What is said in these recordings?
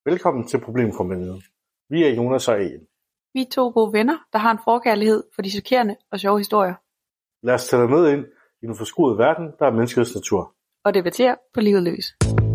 Velkommen til Problemkompagniet. Vi er Jonas og Ian. Vi er to gode venner, der har en forkærlighed for de chokerende og sjove historier. Lad os tage dig med ind i den forskruede verden, der er menneskets natur. Og debattere på livet løs.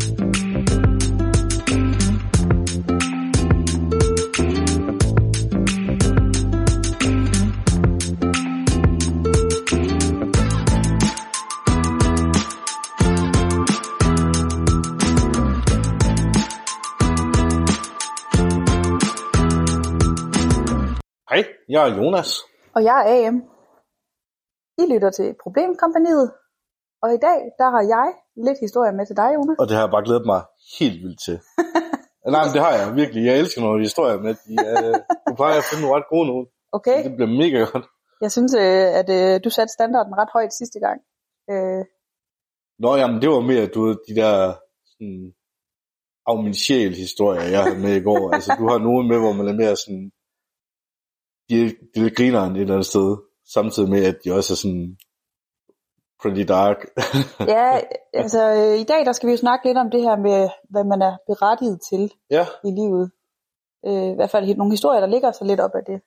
Hej, jeg er Jonas. Og jeg er AM. I lytter til Problemkompagniet. Og i dag, der har jeg lidt historie med til dig, Jonas. Og det har jeg bare glædet mig helt vildt til. Nej, men det har jeg virkelig. Jeg elsker nogle historier med. Du plejer at finde nogle ret gode nogle. Okay. Det bliver mega godt. Jeg synes, at du satte standarden ret højt sidste gang. Nå, jamen det var mere, de der sådan, af min sjæl historier, jeg havde med i går. Altså, du har nogen med, hvor man er mere sådan, de er lidt grineren et eller andet sted, samtidig med, at de også er sådan pretty dark. Ja, altså i dag, der skal vi jo snakke lidt om det her med, hvad man er berettiget til i livet. I hvert fald nogle historier, der ligger så lidt op af det.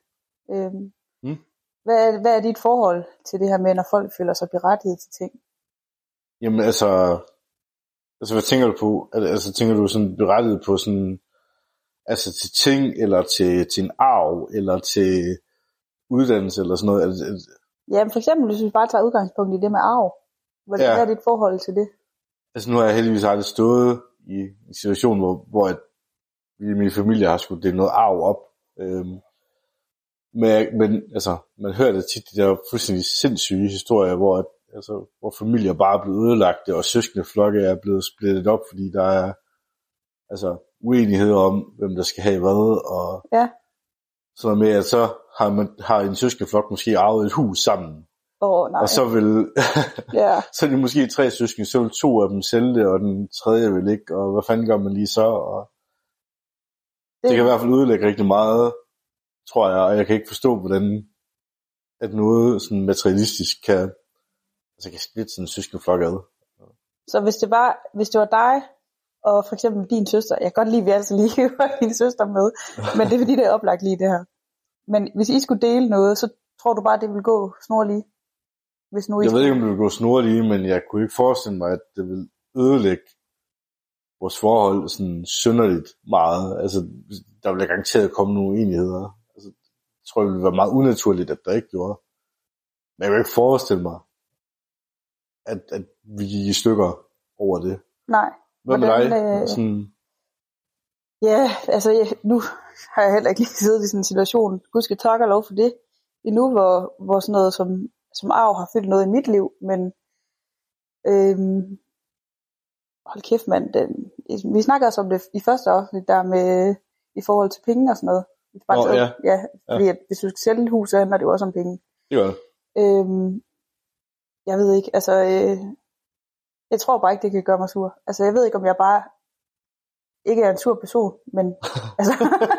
Hvad er dit forhold til det her med, når folk føler sig berettiget til ting? Jamen altså hvad tænker du på? Altså tænker du sådan berettiget på sådan, altså til ting, eller til en arv, eller til uddannelse, eller sådan noget? Jamen for eksempel, hvis vi bare tager udgangspunkt i det med arv. Hvad er dit forhold til det? Altså nu har jeg heldigvis aldrig stået i en situation, hvor min familie har skulle dele noget arv op. Men altså, man hører det tit, de der fuldstændig sindssyge historier, hvor familier bare er blevet ødelagt, og søskende flokke er blevet splittet op, fordi der er altså uenighed om, hvem der skal have hvad, og sådan med, at så har en søskendeflok måske arvet et hus sammen. Og så vil så er de måske 3 søskende, så vil 2 af dem sælge det, og den tredje vil ikke, og hvad fanden gør man lige så? Og det kan i hvert fald ødelægge rigtig meget, tror jeg, og jeg kan ikke forstå, hvordan at noget sådan materialistisk kan splitte sådan en søskendeflok ad. Så hvis det var dig, og for eksempel din søster, jeg kan godt lide, at vi altså lige hører din søster med, men det er fordi, det er oplagt lige det her. Men hvis I skulle dele noget, så tror du bare, det ville gå snorlige? Jeg ved ikke, om det ville gå snorlige, men jeg kunne ikke forestille mig, at det ville ødelægge vores forhold sådan synderligt meget. Altså, der ville garanteret komme nogle uenigheder. Altså, jeg tror, det ville være meget unaturligt, at der ikke gjorde. Men jeg kan ikke forestille mig, at vi gik i stykker over det. Nej. Hvad med dig? Sådan... Ja, altså nu har jeg heller ikke lige siddet i sådan en situation, Gud skal takke og lov for det, endnu hvor sådan noget som arv har fyldt noget i mit liv, men hold kæft mand, vi snakker også om det i første afsnit der med i forhold til penge og sådan noget. Fordi at hvis du skal sælge et hus, så handler det jo også om penge. Det gør det. Jeg ved ikke, altså jeg tror bare ikke, det kan gøre mig sur. Altså jeg ved ikke, om jeg bare ikke er en sur person, men altså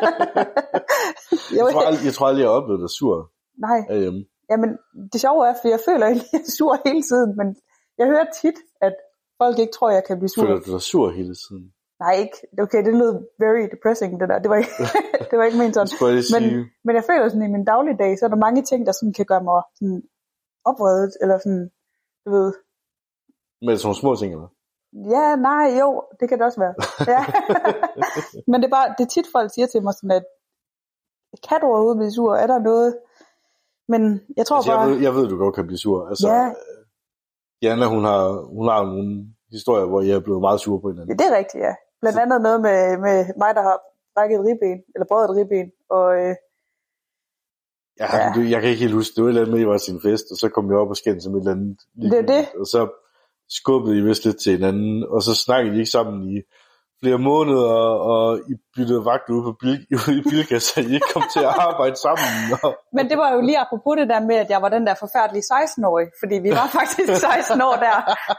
jeg tror aldrig, jeg har oplevet dig sur. Nej. Jamen det sjove er, fordi jeg føler egentlig, at jeg er sur hele tiden, men jeg hører tit, at folk ikke tror, jeg kan blive sur. Føler du dig sur hele tiden? Nej, ikke. Okay, det lød very depressing, det der. Det var ikke ment sådan. Men jeg føler sådan, i min dagligdag, så er der mange ting, der sådan kan gøre mig sådan opredet, eller sådan, du ved. Med sådan nogle små ting, eller? Ja, nej, jo, det kan det også være. Ja. Men det er tit folk siger til mig sådan, at kan du overhovedet blive sur? Er der noget? Men jeg tror bare... Jeg ved, du godt kan blive sur. Altså, Jana, hun har nogle historier, hvor jeg er blevet meget sur på hinanden. Ja, det er rigtigt, ja. Blandt andet noget med mig, der har brækket et ribben, eller brødet et ribben, og... Jeg kan ikke helt huske, det var et eller andet med, at I var til en fest, og så kom jeg op og skændte som et eller andet. Det er det. Og så skubbede I vist lidt til hinanden, og så snakkede I ikke sammen i flere måneder, og I byttede vagt ude i Bilka, så I ikke kom til at arbejde sammen. Men det var jo lige apropos det der med, at jeg var den der forfærdelige 16-årige, fordi vi var faktisk 16 år der.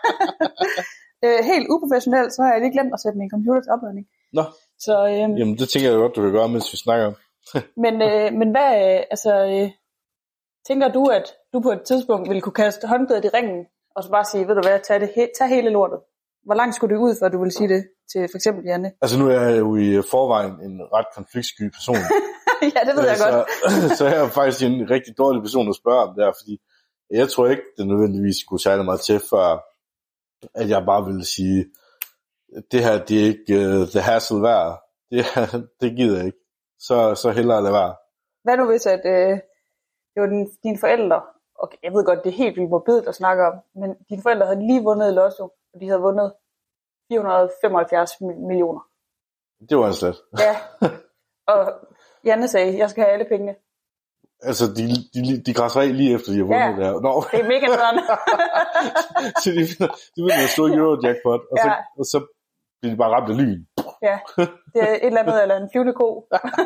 Helt uprofessionelt, så har jeg lige glemt at sætte min computer til opladning. Nå, så, jamen det tænker jeg godt, du kan gøre, mens vi snakker om. men hvad, tænker du, at du på et tidspunkt ville kunne kaste håndklædet i ringen, og så bare sige, ved du hvad, tag hele lortet? Hvor langt skulle du ud, før du ville sige det til for eksempel Janne? Altså nu er jeg jo i forvejen en ret konfliktsky person. Ja, det ved jeg godt. Så jeg er faktisk en rigtig dårlig person at spørge om det her, fordi jeg tror ikke, det nødvendigvis skulle særlig meget til, før at jeg bare ville sige, det her, det er ikke the hassle værd. Det gider jeg ikke. Så hellere lade være. Hvad nu hvis, at det var dine forældre, og jeg ved godt, det er helt vildt morbidt at snakke om, men dine forældre havde lige vundet i Lotto, og de havde vundet 475 millioner. Det var en slet. Ja, og Janne sagde, jeg skal have alle pengene. Altså, de græsser af lige efter, de har vundet det her. Nå. Det er mega sådan. Så de vinder en stor Eurojackpot, og så bliver de bare ramt af lyn. Ja, det er et eller andet, eller en flyvende ko.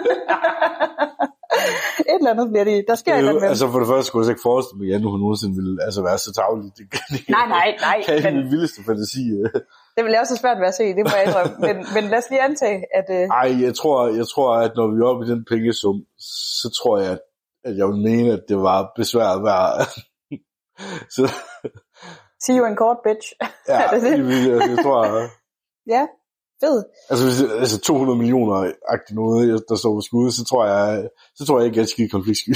Et eller andet bliver det. Der sker et eller andet. Altså for det første skulle jeg ikke forestille mig, at Janne hun nogensinde ville være så tavlig. Nej. Det er min vildeste fantasi. Det vil jeg også have svært ved at se, det må jeg indrømme. Men lad os lige antage, at... Ej, jeg tror, at når vi er oppe i den pengesum, så tror jeg, at jeg vil mene, at det var besværet værd. Så... See you in court, bitch. Ja, jeg tror... Ja, fed. Altså 200 millioner-agtigt noget, der står på skud, så tror jeg ikke, at jeg er skide konfliktsky.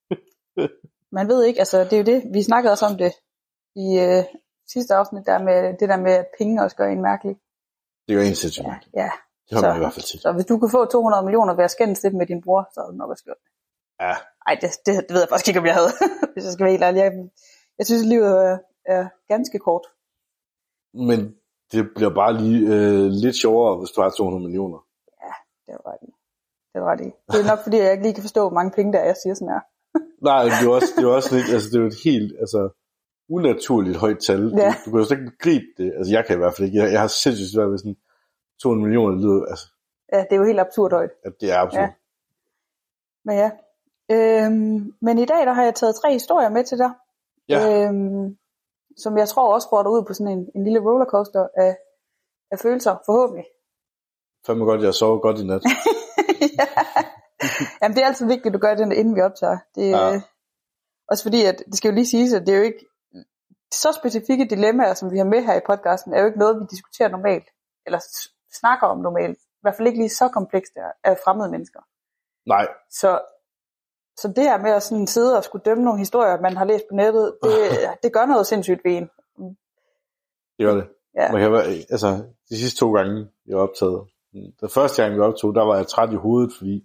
Man ved ikke, altså det er jo det, vi snakkede også om det i sidste afsnit, det der med, at penge også gør en mærkelig. Det gør en sindssygt. Ja. Det har man i hvert fald til. Så hvis du kunne få 200 millioner ved at skændes lidt med din bror, så er det nok også gjort. Ja. Ej, det ved jeg faktisk ikke, om jeg havde, hvis jeg skal være helt ærlig. Jeg synes, livet er ganske kort. Men det bliver bare lige lidt sjovere, hvis du har 200 millioner. Ja, det var det. Det er nok fordi, jeg ikke lige kan forstå, hvor mange penge der er, jeg siger sådan her. Nej, det er også lidt, altså det er jo et helt, unaturligt højt tal. Ja. Du kan jo slet ikke begribe det. Altså jeg kan i hvert fald ikke. Jeg har sindssygt svært ved sådan 200 millioner lyder, altså. Ja, det er jo helt absurd højt. Ja, det er absurd. Ja. Men ja. Men i dag, der har jeg taget 3 historier med til dig. Ja. Som jeg tror også får dig ud på sådan en lille rollercoaster af følelser, forhåbentlig. Fandme godt, jeg sover godt i nat. Ja. Jamen det er altid vigtigt, at du gør det, inden vi optager. Det, ja. Også fordi, at det skal jo lige siges, at det er jo ikke så specifikke dilemmaer, som vi har med her i podcasten, er jo ikke noget, vi diskuterer normalt, eller snakker om normalt. I hvert fald ikke lige så komplekst af fremmede mennesker. Nej. Så det her med at sådan sidde og skulle dømme nogle historier, man har læst på nettet, det gør noget sindssygt ved en. Det gør det. Ja. Man kan de sidste 2 gange, jeg har optaget. Den første gang, vi optog, der var jeg træt i hovedet, fordi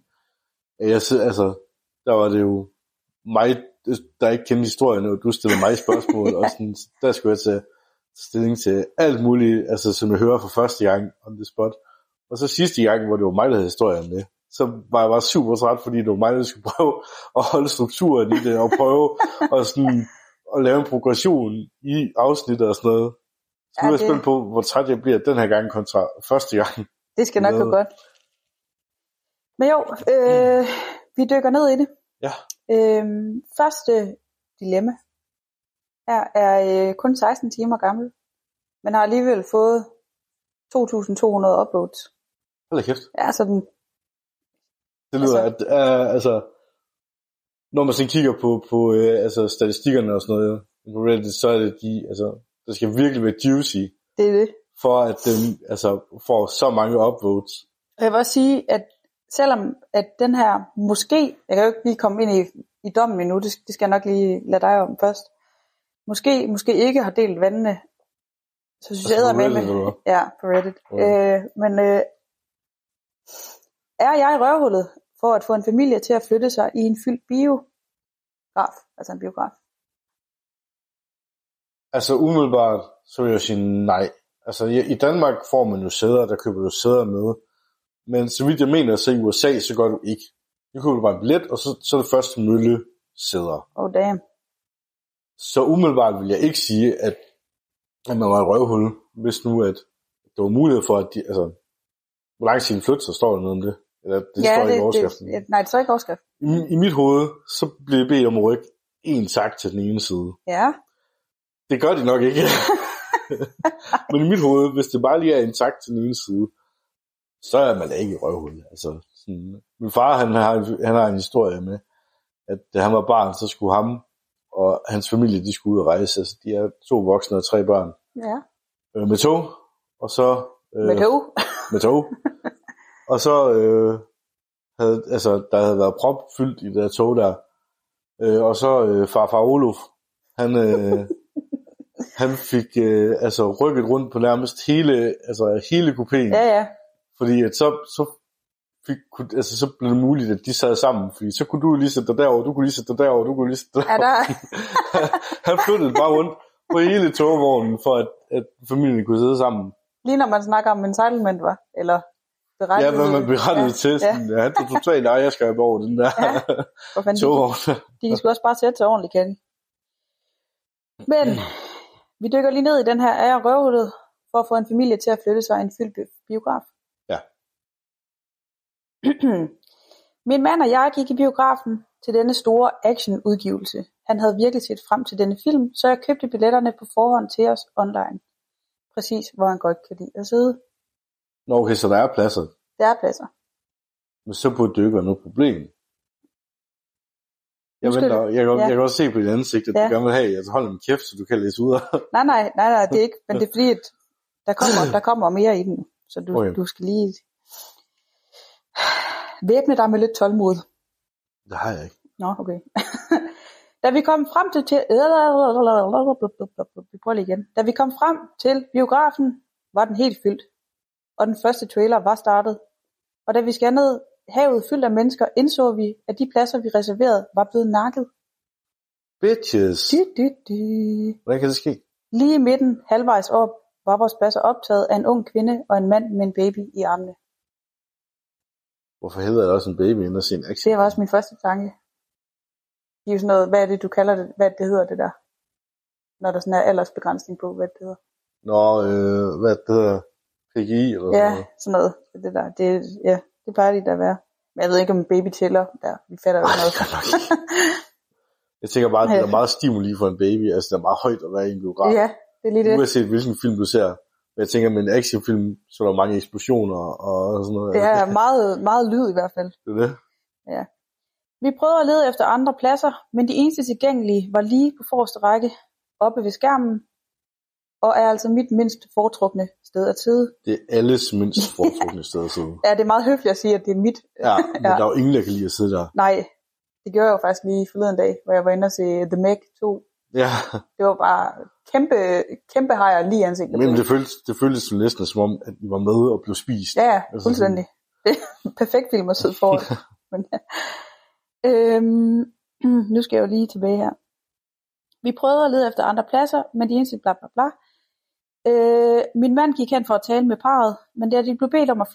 der var det jo mig, der ikke kendte historien, og du stillede mig spørgsmål, og sådan, der skulle jeg tage stilling til alt muligt, som jeg hører for første gang on the spot. Og så sidste gang, hvor det var mig, der havde historien med, så var jeg bare super træt, fordi det var mig, der skulle prøve at holde strukturen i det, og prøve at lave en progression i afsnittet og sådan noget. Så nu er jeg spændt på, hvor træt jeg bliver den her gang kontra første gang. Det skal nok gå godt. Men jo, vi dykker ned i det. Ja. Første dilemma her er kun 16 timer gammel, men har alligevel fået 2.200 uploads. Hold da kæft. Ja, sådan. Det lyder, når man sådan kigger på statistikkerne og sådan noget, på Reddit, så er det der skal virkelig være juicy. Det er det. For at den får så mange upvotes. Og jeg vil også sige, at selvom at den her måske, jeg kan jo ikke lige komme ind i dommen endnu, det skal jeg nok lige lade dig om først, måske ikke har delt vandene, så synes jeg med. Ja, på Reddit. Okay. Men er jeg i røvhullet for at få en familie til at flytte sig i en fyldt biograf, altså en biograf? Altså umiddelbart, så vil jeg sige nej. Altså i Danmark får man jo sæder, der køber du sæder med. Men så vidt jeg mener, så i USA, så gør du ikke. Du køber bare en billet, og så er det første mølle sæder. Oh damn. Så umiddelbart vil jeg ikke sige, at man var et røvhul, hvis nu at der var mulighed for, at hvor lang tid flytte, så står der noget om det. Eller det står ikke i overskriften. Nej, det står ikke i overskriften. I mit hoved, så bliver jeg bedt om at rykke en tak til den ene side. Ja. Det gør de nok ikke. Men i mit hoved, hvis det bare lige er en tak til den ene side, så er man da ikke i røvhul. Min far, han har en historie med, at da han var barn, så skulle ham og hans familie, de skulle ud og rejse. Altså, de er 2 voksne og 3 børn. Ja. Med tog. og så... Med tog. Med tog. Og så der havde været propfyldt i det der tog der. Og så farfar Olof, han fik rykket rundt på nærmest hele kupéen. Ja. Fordi at så blev det muligt, at de sad sammen. Fordi så kunne du lige sætte dig derover, du kunne lige sætte dig derover, du kunne lige sætte dig derover. Han flyttede bare rundt på hele togvognen, for at familien kunne sidde sammen. Lige når man snakker om entitlement, var? Eller berettiget. Ja, hvad man berettiget til. Sådan, ja. Han tog totalt ejerskab over den der togvogn. De kan sgu også bare sætte sig ordentligt, kan de. Men vi dykker lige ned i den her ære røvhullet, for at få en familie til at flytte sig i en fyldt biograf. Ja. Min mand og jeg gik i biografen til denne store actionudgivelse. Han havde virkelig set frem til denne film, så jeg købte billetterne på forhånd til os online. Præcis, hvor han godt kan lide at sidde. Nå, okay, så der er pladser. Der er pladser. Men så burde det ikke være noget problem. Jeg kan også se på dit ansigt, at du gerne vil have, at holde min kæft, så du kan læse ud af. Nej, det er ikke, men det er fordi, at der kommer mere i den, så du skal lige væbne dig med lidt tålmod. Det har jeg ikke. Nå, okay. Da vi kom frem til biografen, var den helt fyldt, og den første trailer var startet. Og da vi scannede havet fyldt af mennesker, indså vi, at de pladser, vi reserverede, var blevet nakket. Bitches. Hvordan kan det ske? Lige i midten, halvvejs op, var vores pladser optaget af en ung kvinde og en mand med en baby i armene. Hvorfor hedder der også en baby inden at se en action? Det var også min første tanke. Det er jo sådan noget, hvad er det, du kalder det? Hvad det hedder det der? Når der sådan er aldersbegrænsning på, hvad det hedder. Nå, hvad det hedder? PGI eller sådan noget? Ja, sådan noget. Det der. Det plejer det at være. Men jeg ved ikke, om en baby tæller der. Vi fatter jo noget. Jeg tænker bare, at det er meget stimuli for en baby. Altså, det er meget højt at være i en biograf. Ja, det er lige det. Uanset hvilken film du ser. Men jeg tænker, med en actionfilm, så er der mange eksplosioner og sådan noget. Det er meget, meget lyd i hvert fald. Det er det. Ja. Vi prøvede at lede efter andre pladser, men de eneste tilgængelige var lige på forreste række, oppe ved skærmen, og er altså mit mindst foretrukne sted at sidde. Det er alles mindst foretrukne sted at sidde. Ja, det er meget høfligt at sige, at det er mit. Ja, men der er jo ingen, der kan lide at sidde der. Nej, det gjorde jeg jo faktisk lige forleden dag, hvor jeg var inde og se The Meg 2. Ja. Det var bare kæmpe hajer lige i ansigtet. Men det føltes jo næsten som om, at I var med og blev spist. Ja, fuldstændig. Det er en perfekt film at sidde foran. Men, nu skal jeg jo lige tilbage her. Vi prøvede at lede efter andre pladser, men de eneste bla bla bla. Min mand gik hen for at tale med parret, men da de blev bedt om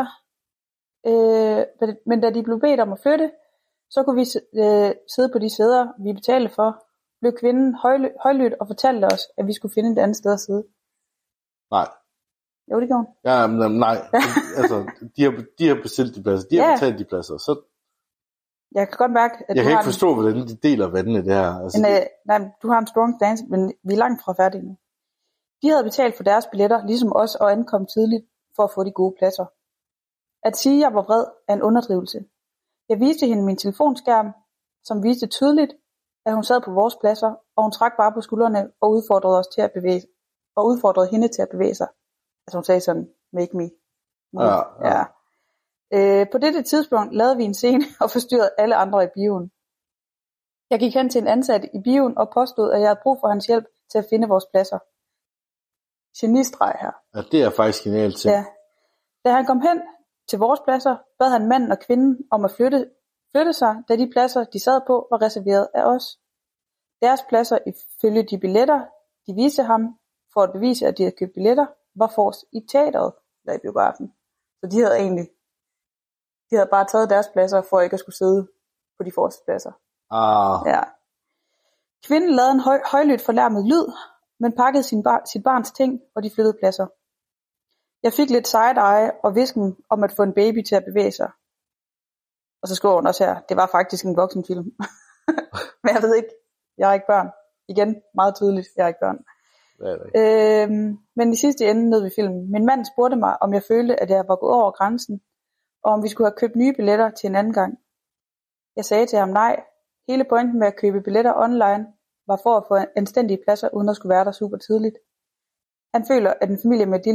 at flytte, så kunne vi sidde på de sæder, vi betalte for. Blev kvinden højlydt og fortalte os, at vi skulle finde et andet sted at sidde. Nej. Jo, det gjorde hun. Ja, men nej. Altså, de har bestilt de pladser. De har betalt de pladser. Så jeg kan godt mærke, at jeg kan ikke forstå, hvordan de deler vandene det her. Altså, nej, du har en strong stance, men vi er langt fra færdige nu. De havde betalt for deres billetter, ligesom os, og ankom tidligt for at få de gode pladser. At sige, at jeg var vred, er en underdrivelse. Jeg viste hende min telefonskærm, som viste tydeligt, at hun sad på vores pladser, og hun trak bare på skuldrene og udfordrede hende til at bevæge sig. Altså hun sagde sådan, make me. Ja. På dette tidspunkt lavede vi en scene og forstyrrede alle andre i bioen. Jeg gik hen til en ansat i bioen og påstod, at jeg havde brug for hans hjælp til at finde vores pladser. Genistreg her. Ja, det er faktisk genialt til. Ja. Da han kom hen til vores pladser, bad han manden og kvinden om at flytte sig, da de pladser, de sad på, var reserveret af os. Deres pladser ifølge de billetter, de viste ham, for at bevise, at de havde købt billetter, var forrest i teateret, der i biografen. Så de havde bare taget deres pladser, for ikke at skulle sidde på de forreste pladser. Ja. Kvinden lavede en højlydt forlærmet lyd, men pakkede sit barns ting, og de flyttede pladser. Jeg fik lidt side-eye og visken om at få en baby til at bevæge sig. Og så skriver hun også her, det var faktisk en voksenfilm. Men jeg ved ikke, jeg har ikke børn. Igen, meget tydeligt, jeg har ikke børn. Men i sidste ende nød vi filmen. Min mand spurgte mig, om jeg følte, at jeg var gået over grænsen, og om vi skulle have købt nye billetter til en anden gang. Jeg sagde til ham nej. Hele pointen med at købe billetter online var for at få anstændige pladser, uden at skulle være der super tidligt. Han føler, at en familie med et lille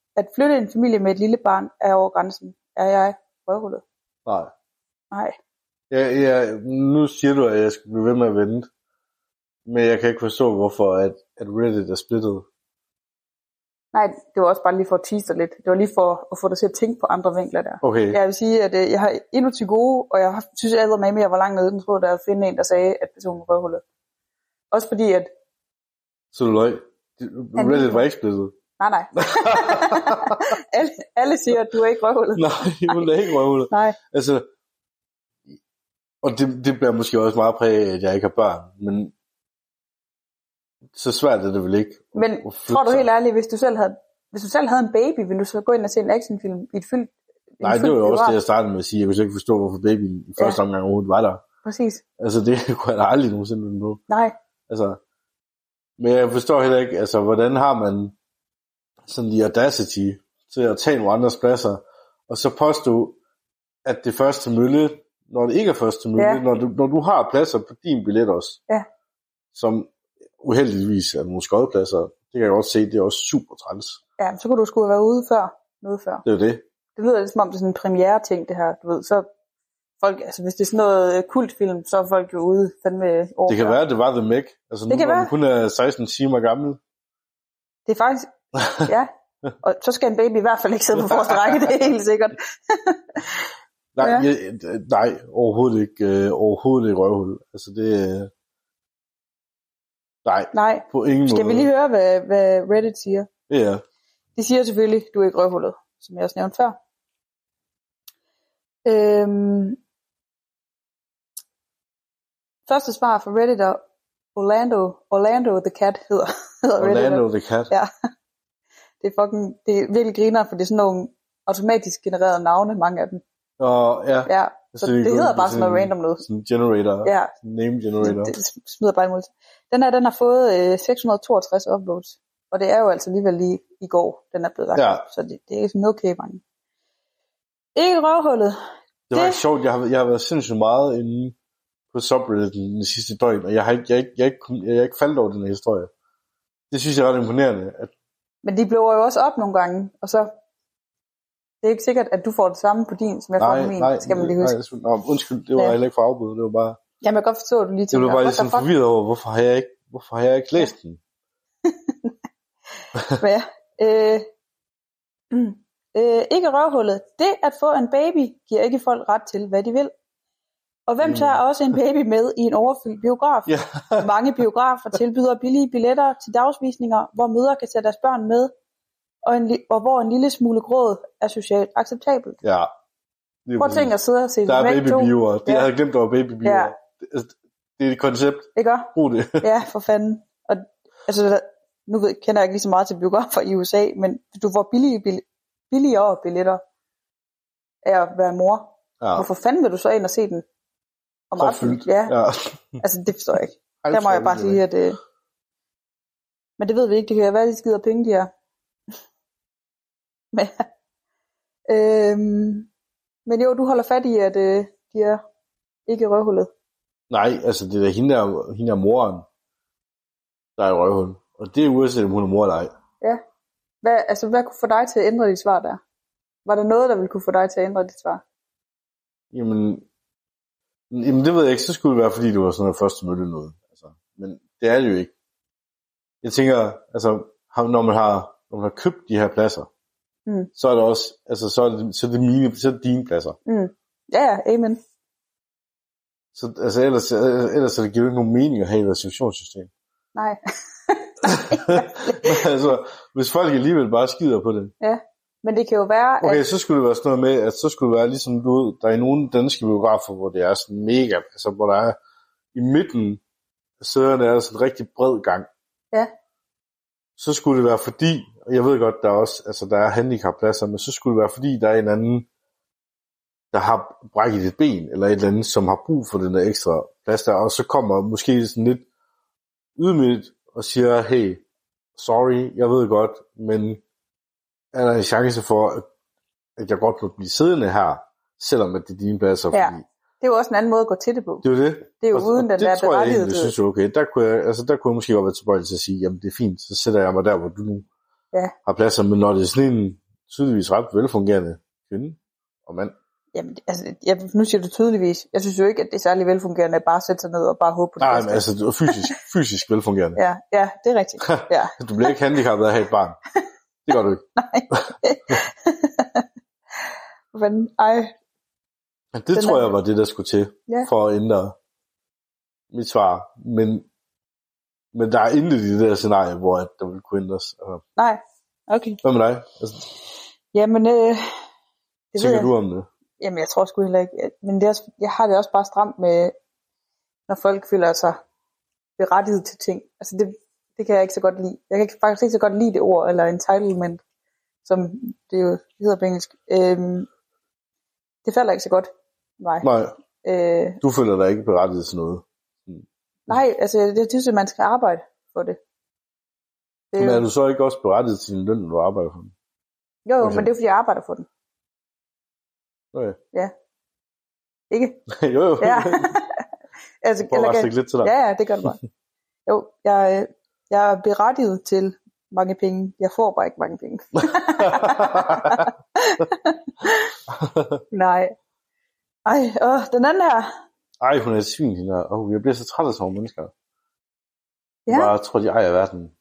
at flytte en familie med et lille barn er over grænsen. Er jeg røvhullet? Nej. Nej. Nu siger du, at jeg skal blive ved med at vente. Men jeg kan ikke forstå, hvorfor at Reddit er splittet. Nej, det var også bare lige for at tease dig lidt. Det var lige for at få dig til at tænke på andre vinkler der. Okay. Jeg vil sige, at jeg har endnu til gode, og jeg synes allerede med, at jeg var langt nede den tråd, der at finde en, der sagde, at personen var røvhullet. Også fordi, at... Så du løg? Reddit var ikke splittet? Nej. alle siger, at du er ikke røvhullet. Nej, hun er ikke røvhullet. Nej. Altså, og det bliver måske også meget præget af, at jeg ikke har børn, men så svært er det vel ikke. Men tror du helt ærligt, hvis du selv havde en baby, ville du så gå ind og se en actionfilm i et fyldt? Nej, det var jo også det, jeg startede med at sige. Jeg kunne ikke forstå, hvorfor babyen i første omgang overhovedet var der. Præcis. Altså, det kunne jeg da aldrig nogensinde finde på. Nej. Altså, men jeg forstår heller ikke, altså, hvordan har man sådan the audacity til at tage nogle andres pladser, og så påstå, at det er først til mølle, når det ikke er først til mølle, når du har pladser på din billet også, som uheldigvis er nogle skodpladser, det kan jeg godt se, det er også super træls. Ja, så kunne du skulle have været ude før, noget før. Det er det. Det lyder lidt som om det er sådan en premiere-ting, det her, du ved, så folk, altså hvis det er sådan noget kultfilm, så er folk jo ude fandme over. Det kan være, det var The Meg, altså nu når den kun er 16 timer gammel. Det er faktisk, ja, og så skal en baby i hvert fald ikke sidde på forreste række, det er helt sikkert. Nej, overhovedet ikke røvhul. Altså det nej, på ingen måde. Skal vi lige høre, hvad Reddit siger? Ja. De siger selvfølgelig, du er ikke røvhullet, som jeg også nævnte før. Første svar fra Redditor, Orlando the Cat hedder Orlando the Cat? Ja. Det er virkelig griner, for det er sådan nogle automatisk genererede navne, mange af dem. Ja. Så det hedder bare sådan noget random noget. Sådan generator. Ja. Name generator. Det smider bare imod. Den har fået 662 uploads. Og det er jo altså alligevel lige i går, den er blevet lagt op. Så det er sådan okay, mange. Ikke røvhullet. Det var ikke sjovt. Jeg har været sindssygt meget inde på subredditen de sidste døgn, og jeg har ikke faldet over den her historie. Det synes jeg er ret imponerende. Men de blower jo også op nogle gange, og så det er ikke sikkert, at du får det samme på din, som jeg får på min, skal man lige huske. Nej, undskyld, det var heller ikke for afbud, det var bare... Jamen, jeg kan godt forstå, at du lige tænker... Det var bare lidt sådan forvirret over, hvorfor har jeg ikke læst den? Ja. Ikke røvhullet. Det at få en baby giver ikke folk ret til, hvad de vil. Og hvem tager også en baby med i en overfyldt biograf? Ja. Mange biografer tilbyder billige billetter til dagsvisninger, hvor mødre kan tage deres børn med, og hvor en lille smule gråd er socialt acceptabelt. Ja. Prøv at tænke at sidde og se der er babybioer. Det jeg havde glemt, der var babybioer. Ja. Det er et koncept. Ikke? Brug det. Ja, for fanden. Og, altså, nu kender jeg ikke lige så meget til biografer i USA, men du får billigere billetter af at være mor. Ja. Hvorfor fanden vil du så ind og se den? Om aftenen? Ja. Altså, det forstår jeg ikke. Der må jeg bare sige, at... Men det ved vi ikke. Det kan være, de skider penge, de er. Men jo, du holder fat i, at de er ikke røvhullet. Nej, altså det er hende der moren, der er røvhul. Og det er uanset om hun er mor eller ej. Ja. Hvad kunne få dig til at ændre dit svar der? Var der noget, der ville kunne få dig til at ændre dit svar? Jamen det ved jeg ikke. Så skulle det være, fordi det var sådan noget første mølle noget. Altså, men det er det jo ikke. Jeg tænker, altså når man har købt de her pladser, så er det også, altså så er det dine pladser. Ja, amen. Så altså ellers er det giver ikke nogen mening at have et reservationssystem. Nej. Altså, hvis folk alligevel bare skider på det. Ja, men det kan jo være, okay, så skulle det være sådan noget med, at så skulle det være ligesom du ved, der er nogle danske biografer, hvor det er sådan mega, altså hvor der er i midten af sæderne er der sådan en rigtig bred gang. Ja. Så skulle det være fordi, og jeg ved godt, der er også, altså der er handicappladser, men så skulle det være fordi, der er en anden, der har brækket et ben, eller et eller andet, som har brug for den der ekstra plads der, og så kommer måske sådan lidt ydmygt og siger, hey, sorry, jeg ved godt, men er der en chance for, at jeg godt må blive siddende her, selvom at det er dine pladser, ja. Fordi... Det er jo også en anden måde at gå til det på. Det er jo det. Det er jo uden den der berettighed. Det tror jeg egentlig, synes jeg okay. Der kunne jeg måske godt være tilbøjelig til at sige, jamen det er fint, så sætter jeg mig der, hvor du nu har pladser, men når det er sådan en tydeligvis ret velfungerende kvinde og mand. Jamen, altså, nu siger du tydeligvis. Jeg synes jo ikke, at det er særlig velfungerende at bare sætte sig ned og bare håbe på det bedste. Nej, men altså, det er fysisk velfungerende. Ja, det er rigtigt. Ja. Du bliver ikke handicappet af at have et barn. Det gør du ikke. Nej. Men, det tror jeg var det, der skulle til, for at ændre mit svar. Men der er intet i det der scenarie, hvor der vil kunne ændres. Altså. Nej, okay. Hvad med dig? Altså, jamen, det tænker du om det? Jamen, jeg tror sgu heller ikke. Men jeg har det også bare stramt med, når folk føler sig berettiget til ting. Altså, det kan jeg ikke så godt lide. Jeg kan faktisk ikke så godt lide det ord, eller entitlement, som det jo hedder på engelsk. Det falder ikke så godt. Nej. Du føler dig ikke berettiget til noget? Nej, altså, det synes jeg, man skal arbejde for det. Men er du så ikke også berettiget til din løn, når du arbejder for den? Jo, okay. Men det er fordi, jeg arbejder for den. Okay. Ja. Ikke? jo. Ja. Altså, prøv at stikke lidt til dig. Ja, det gør det bare. Jo, jeg er berettiget til mange penge. Jeg får bare ikke mange penge. Nej. Den anden her. Hun er et svin, hende der. Jeg bliver så træt af sådan nogle mennesker. Ja. Jeg bare tror, de ejer verden.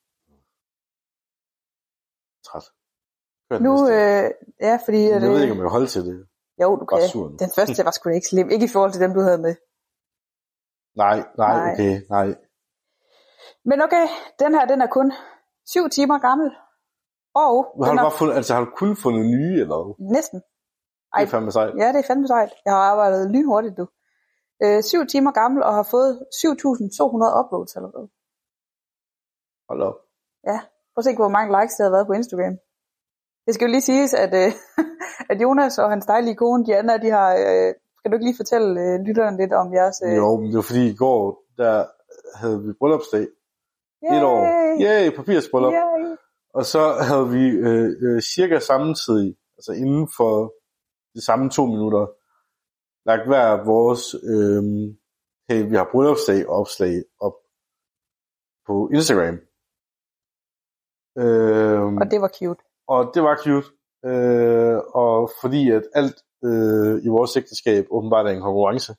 Træt. Nu, fordi... Jeg ved ikke, om jeg kan holde til det. Jo, du kan. Den første var sgu ikke slem. Ikke i forhold til dem, du havde med. Nej, okay, nej. Men okay, den her, den er kun 7 timer gammel. Og har du kun fundet nye, eller? Næsten. Det er fandme sejt. Ja, det er fandme sejt. Jeg har arbejdet lynhurtigt, du. 7 timer gammel, og har fået 7.200 uploads allerede. Hold op. Ja, prøv at se, hvor mange likes der har været på Instagram. Det skal jo lige siges, at Jonas og hans dejlige kone, Diana, de har... Skal du ikke lige fortælle lytterne lidt om jeres... Jo, men det var fordi i går, der havde vi bryllupsdag. Et år. Yay, papirsbryllup. Yay. Og så havde vi cirka samtidig, altså inden for de samme 2 minutter, lagt hver vores hey, vi har bryllupsdag opslag op på Instagram. Og det var cute. Og det var cute. Og fordi at alt i vores ægteskab åbenbart er en konkurrence.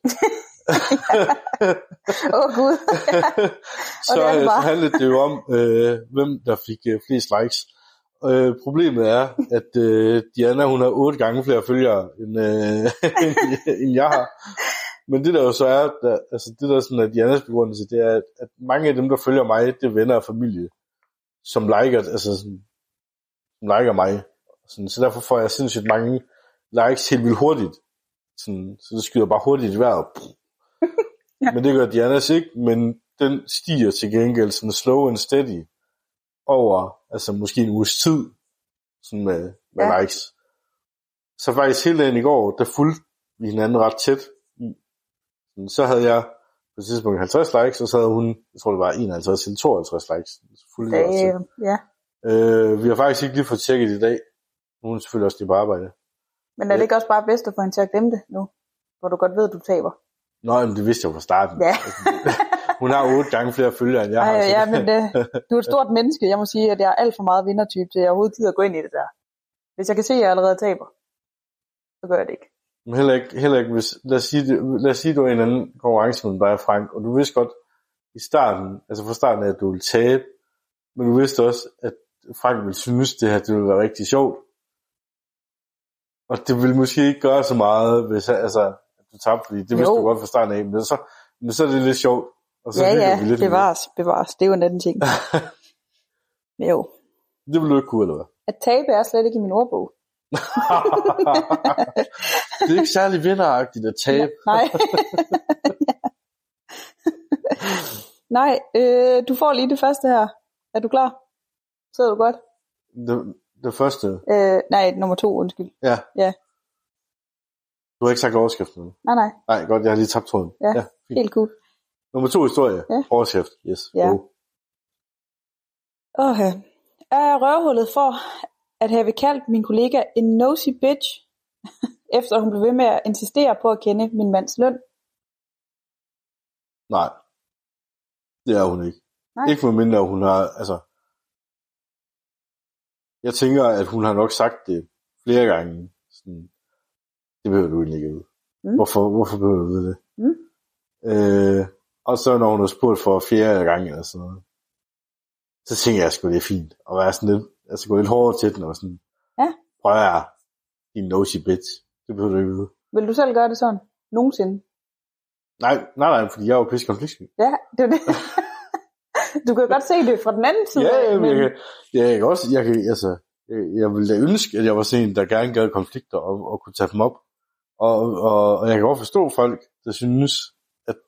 Gud. Så handlede det jo om, hvem der fik flest likes. Problemet er, at Diana, hun har 8 gange flere følgere, end jeg har. Men det der jo så er, det der sådan er Dianas begrundelse, det er, at mange af dem, der følger mig, det er venner og familie, som liker, som liker mig. Så derfor får jeg sindssygt mange likes helt vildt hurtigt. Så det skyder bare hurtigt i vejret. Ja. Men det gør Dianas ikke, men den stiger til gengæld sådan slow and steady over, altså måske en uges tid, sådan med likes. Så faktisk hele dagen i går, der fulgte vi hinanden ret tæt. Så havde jeg på et tidspunkt 50 likes, og så havde hun, jeg tror det var 51 eller 52 likes. Ja. Vi har faktisk ikke lige fået tjekket i dag. Hun er selvfølgelig også lige på arbejde. Men er det ikke også bare bedst at få hende til at glemme det nu, hvor du godt ved, at du taber? Nå, men det vidste jeg fra starten. Ja. Hun har 8 gange flere følgere, end jeg har. Ja, men du er et stort menneske. Jeg må sige, at jeg er alt for meget vindertype til, at jeg overhovedet gider at gå ind i det der. Hvis jeg kan se, at jeg allerede taber, så gør jeg det ikke. Men heller ikke hvis, lad os sige, du er en anden konkurrence med dig, Frank, og du vidste godt i starten, altså fra starten af, at du ville tabe, men du vidste også, at Frank ville synes, det ville være rigtig sjovt. Og det ville måske ikke gøre så meget, hvis du tabte, fordi det vidste du godt fra starten af, men så er det lidt sjovt. Og så vi lidt bevares. Det er jo en anden ting. Jo. Det vil du ikke kunne, eller hvad? At tabe er slet ikke i min ordbog. Det er ikke særlig vinderagtigt at tabe. Nej. Nej, du får lige det første her. Er du klar? Sidder du godt? Det første? Nej, nummer 2, undskyld. Ja. Du har ikke sagt overskriften? Nej. Nej, godt, jeg har lige tabt tråden. Ja, helt cool. Nummer 2 historie. Ja. Overskrift, yes. Ja. Okay. Er røvhullet for at have kaldt min kollega en nosy bitch, efter hun blev ved med at insistere på at kende min mands løn? Nej. Det er hun ikke. Nej. Ikke for mindre, hun har, Jeg tænker, at hun har nok sagt det flere gange. Sådan, det behøver du egentlig ikke vide. Hvorfor behøver du vide det? Og så når hun har spurgt for 4. gang eller sådan noget, så tænker jeg sgu, det er fint. Og være sådan lidt, altså gå lidt hårdere til den og sådan, prøv at din nosy bitch. Det behøver du ikke vide. Vil du selv gøre det sådan? Nogensinde? Nej, fordi jeg er jo pisse konfliktsky. Ja, det er det. Du kan godt se det fra den anden side. Ja, men jeg ville da ønske, at jeg var sådan en, der gerne gad konflikter og kunne tage dem op. Og jeg kan godt forstå folk, der synes, at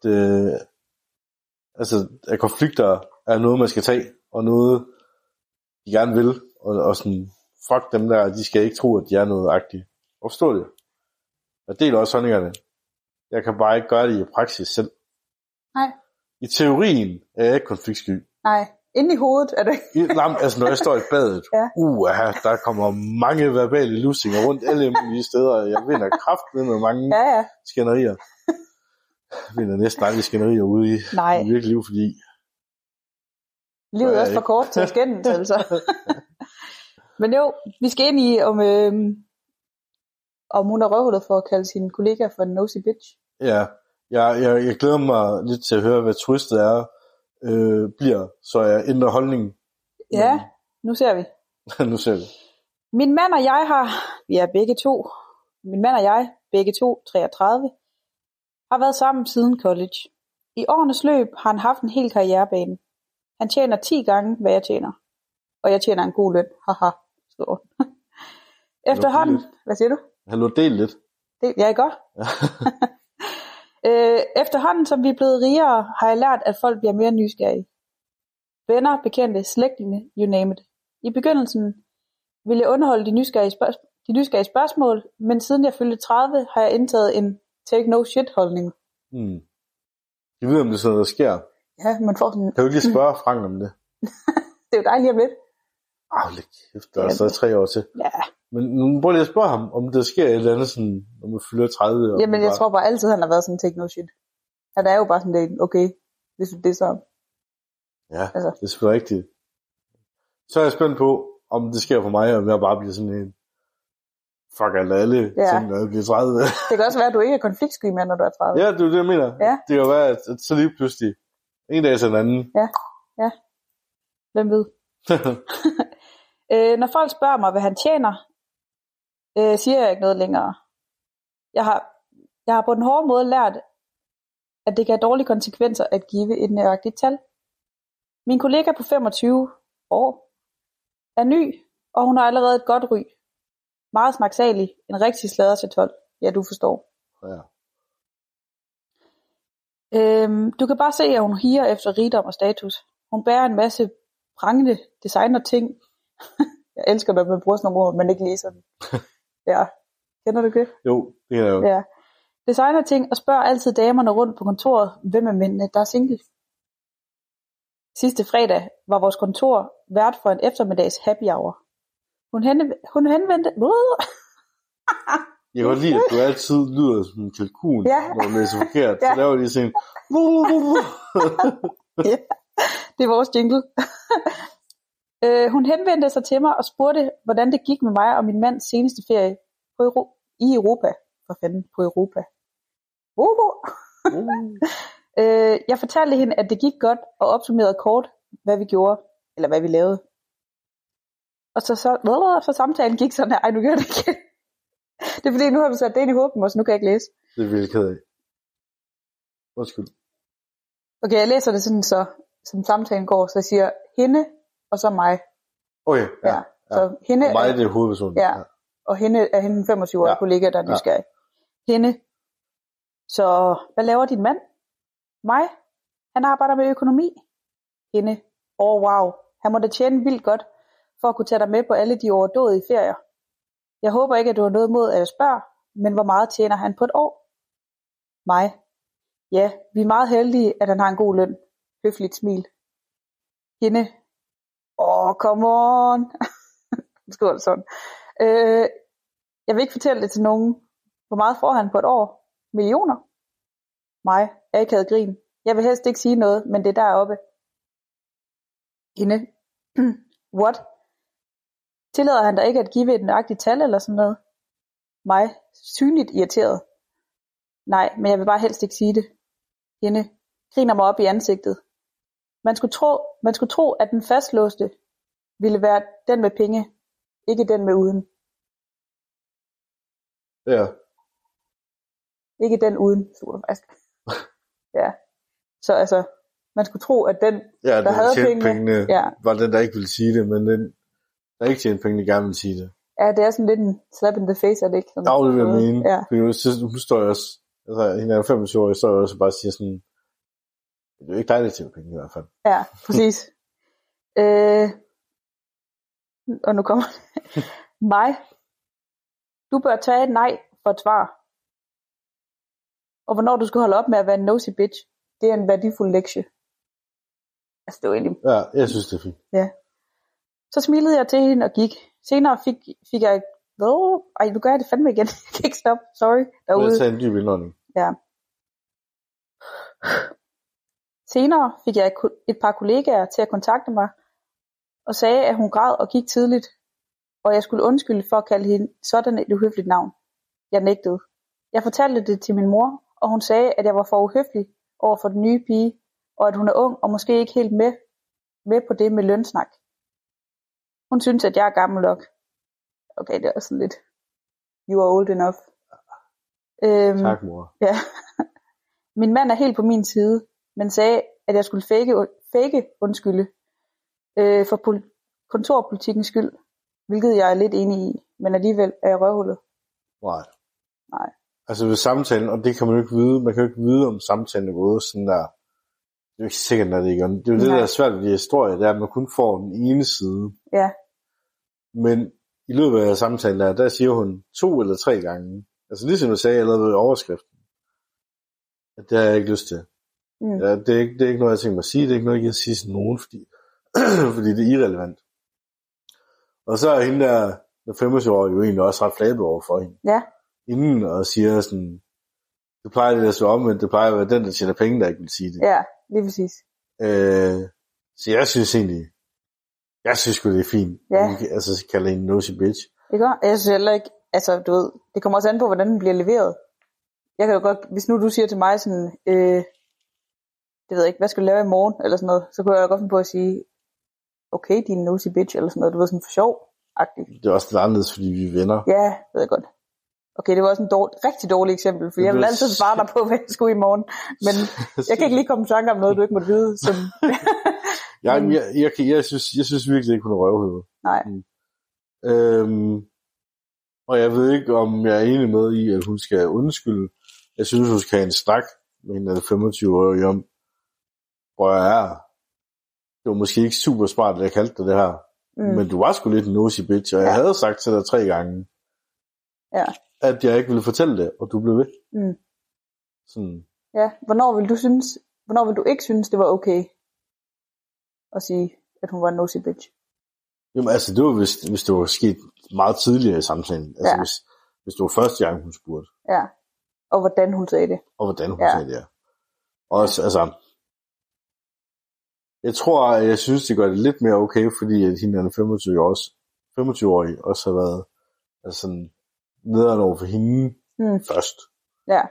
at konflikter er noget, man skal tage, og noget, de gerne vil, og sådan, fuck dem der, de skal ikke tro, at de er noget agtigt. Og forstå det. Jeg deler også holdningerne. Jeg kan bare ikke gøre det i praksis selv. Nej. I teorien er jeg ikke konfliktsky. Nej, inde i hovedet er det ikke. Altså når jeg står i badet, der kommer mange verbale lussinger rundt alle mulige steder. Jeg vinder kraftedeme med mange skænderier. Jeg vinder næsten aldrig skænderier ude i virkelig liv, fordi livet er også for kort til at skændes, altså. Men jo, vi skal ind i, om hun er røvhullet for at kalde sine kollegaer for en nosy bitch. Ja, jeg glæder mig lidt til at høre, hvad twistet bliver, så jeg ændrer holdningen. Ja, nu ser vi. Nu ser vi. Min mand og jeg begge to, 33, har været sammen siden college. I årenes løb har han haft en hel karrierebane. Han tjener 10 gange, hvad jeg tjener. Og jeg tjener en god løn. Haha. Efterhånden... Hvad siger du? Han lå delt lidt. Ja, ikke godt? Efterhånden, som vi er blevet rigere, har jeg lært, at folk bliver mere nysgerrige. Venner, bekendte, slægtninge, you name it. I begyndelsen ville jeg underholde de nysgerrige spørgsmål, men siden jeg fyldte 30, har jeg indtaget en take no shit holdning. Jeg ved, om det er sådan, der sker. Ja, man får sådan... Kan du lige spørge Frank om det? Det er jo dejligt om lidt. Lidt kæft, der er stadig 3 år til. Ja. Men nu prøv lige at spørge ham, om der sker et eller andet sådan, når man fylder 30. Jamen, jeg tror bare altid, han har været sådan take no shit. Han er jo bare sådan lidt, okay, hvis det er så. Ja, altså. Det er selvfølgelig rigtigt. Så er jeg spændt på, om det sker for mig, om jeg bare bliver sådan en fuck alle ting, når jeg bliver 30. Det kan også være, at du ikke er konfliktsky mere, når du er 30. Ja, det er det, jeg mener. Ja. Det kan være, at så lige pludselig, en dag til en anden. Ja. Hvem ved? Når folk spørger mig, hvad han tjener, siger jeg ikke noget længere. Jeg har på den hårde måde lært, at det kan have dårlige konsekvenser at give et nøjagtigt tal. Min kollega på 25 år er ny, og hun har allerede et godt ry. Meget smagsagelig, en rigtig sladder til 12. Ja, du forstår. Ja. Du kan bare se, at hun higer efter rigdom og status. Hun bærer en masse prangende designer-ting. Jeg elsker, når man bruger sådan nogle ord, men ikke læser dem. Ja, kender du det? Jo, det er jo. Ja. Designer-ting og spørger altid damerne rundt på kontoret, hvem er mændene, der er single. Sidste fredag var vores kontor vært for en eftermiddags happy hour. Hun henvendte... Jeg kan godt lide, at du altid lyder som en kalkun, når du læser forkert. Så laver de sådan ja, det er vores jingle. Hun henvendte sig til mig og spurgte, hvordan det gik med mig og min mands seneste ferie i Europa. For fanden, på Europa. Jeg fortalte hende, at det gik godt, og opsummerede kort, hvad vi gjorde, eller hvad vi lavede. Og så samtalen gik sådan her, nu gør det ikke. Det er fordi, nu har du sat det ind i hovedet, så nu kan jeg ikke læse. Det er virkelig ked af. Undskyld. Okay, jeg læser det sådan så, som samtalen går, så jeg siger hende, og så mig. Okay, ja. Så hende og mig det er hovedpersonen. Ja, og hende er hende 25-årige kollega, der er nysgerrig. Hende. Så, hvad laver din mand? Mig? Han arbejder med økonomi. Hende. Wow. Han må da tjene vildt godt, for at kunne tage dig med på alle de overdådige ferier. Jeg håber ikke, at du har noget imod, at jeg spørger, men hvor meget tjener han på et år? Mig. Ja, vi er meget heldige, at han har en god løn. Høfligt smil. Hende. Come on. Skål sådan. Jeg vil ikke fortælle det til nogen. Hvor meget får han på et år? Millioner? Mig. Akavet grin. Jeg vil helst ikke sige noget, men det er deroppe. Hende. What? Tillader han dig ikke at give et nøjagtigt tal eller sådan noget? Mig. Synligt irriteret. Nej, men jeg vil bare helst ikke sige det. Hende. Griner mig op i ansigtet. Man skulle tro, at den fastlåste ville være den med penge, ikke den med uden. Ja. Ikke den uden, stod der faktisk. Ja. Så altså, man skulle tro, at den, Ja, der havde pengene, ja. var den, der ikke ville sige det, men den, der ikke tjente pengene, gerne ville sige det. Ja, det er sådan lidt en slap in the face, er det ikke? Sådan Ja, det vil jeg mene. Ja. Fordi hun står jo også, altså hende er 25 år, jeg står jo også og bare siger sådan, det er jo ikke dig, der tjener penge i hvert fald. Ja, præcis. Og nu kommer mig. Du bør tage et nej for et svar. Og hvornår du skal holde op med at være en nosy bitch, det er en værdifuld lektie. Altså, det var egentlig... Ja, jeg synes, det er fint. Ja. Så smilede jeg til hende og gik. Senere fik jeg... Ej, nu gør jeg det fandme igen. Jeg kan ikke stoppe. Sorry. Derude. Jeg tager en dyb indånding. Ja. Senere fik jeg et par kollegaer til at kontakte mig, og sagde, at hun græd og gik tidligt, og jeg skulle undskylde for at kalde hende sådan et uhøfligt navn. Jeg nægtede. Jeg fortalte det til min mor, og hun sagde, at jeg var for uhøflig over for den nye pige, og at hun er ung og måske ikke helt med på det med lønsnak. Hun synes, at jeg er gammel nok. Okay, det er også sådan lidt, you are old enough. Tak, mor. Ja. Min mand er helt på min side, men sagde, at jeg skulle fake undskylde for kontorpolitikkens skyld, hvilket jeg er lidt enig i, men alligevel er jeg røvhullet. Nej. Altså ved samtalen, og det kan man jo ikke vide, man kan jo ikke vide, om samtalen er gået sådan der, det er jo ikke sikkert, at det ikke er. Det er jo det, der er svært ved de historier, det er, at man kun får den ene side. Ja. Men i løbet af samtalen der siger hun 2 eller 3 gange, altså ligesom jeg sagde allerede i overskriften, at det har jeg ikke lyst til. Ja, det er ikke noget, jeg tænker mig at sige, det er ikke noget, jeg kan sige til nogen, fordi det er irrelevant. Og så er hende der 25-årige jo egentlig også ret flabet over for hende. Ja. Inden og siger sådan, det plejer det at så omvendt, det plejer at være den, der tjener penge, der ikke vil sige det. Ja, lige præcis. Så jeg synes sgu det er fint. Ja. Altså kalder hende nosy bitch. Det gør. Jeg synes heller ikke, altså du ved, det kommer også an på, hvordan den bliver leveret. Jeg kan jo godt, hvis nu du siger til mig sådan, det ved jeg ikke, hvad skal du lave i morgen, eller sådan noget, så kunne jeg jo godt finde på at sige, okay, din nosy bitch, eller sådan noget, du ved, sådan for sjov-agtigt. Det er også lidt anderledes, fordi vi er venner. Ja, ved jeg godt. Okay, det var også en rigtig dårlig eksempel, for jeg vil altid svare dig på, hvad jeg skulle i morgen, men jeg kan ikke lige komme i tanke om noget, du ikke måtte vide. Som jeg synes virkelig ikke, hun er røvhøvet. Nej. Og jeg ved ikke, om jeg er enig med i, at hun skal undskylde. Jeg synes, hun skal have en snak med hende 25-årige om, hvor jeg er. Det var måske ikke super smart, at jeg kaldte det her. Men du var sgu lidt en nosy bitch, og jeg havde sagt til dig 3 gange, at jeg ikke ville fortælle det, og du blev ved. Sådan. Ja, hvornår vil du ikke synes, det var okay at sige, at hun var en nosy bitch? Jamen altså, det var hvis det var sket meget tidligere i samtalen. Altså hvis det var første gang, hun spurgte. Ja, og hvordan hun sagde det. Sagde det, ja. Også, altså, jeg synes, det gør det lidt mere okay, fordi at hende er 25-årig også har været altså sådan nederen over for hende først. Ja.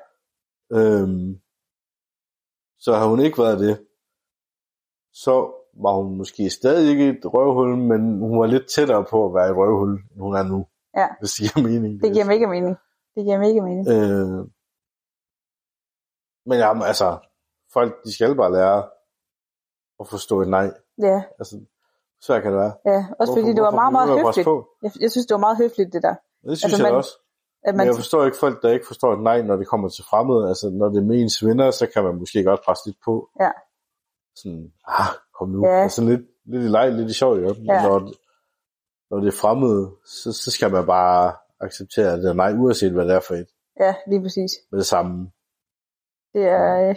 Så har hun ikke været det, så var hun måske stadig ikke et røvhul, men hun var lidt tættere på at være et røvhul, end hun er nu. Ja. Hvis det giver mening. Det giver mega mening. Men jamen, altså, folk, de skal bare lære at forstå et nej. Ja. Altså, så kan det være. Ja, også fordi det var meget høfligt. Jeg synes, det var meget høfligt, det der. Det synes jeg også. Men jeg forstår ikke folk, der ikke forstår et nej, når det kommer til fremmede. Altså, når det er med ens venner, så kan man måske godt presse lidt på. Ja. Sådan, kom nu. Ja. Altså lidt i leg, lidt i sjov, jo. Ja. Når det er fremmede, så skal man bare acceptere det nej, uanset hvad det er for et. Ja, lige præcis. Med det samme. Det er,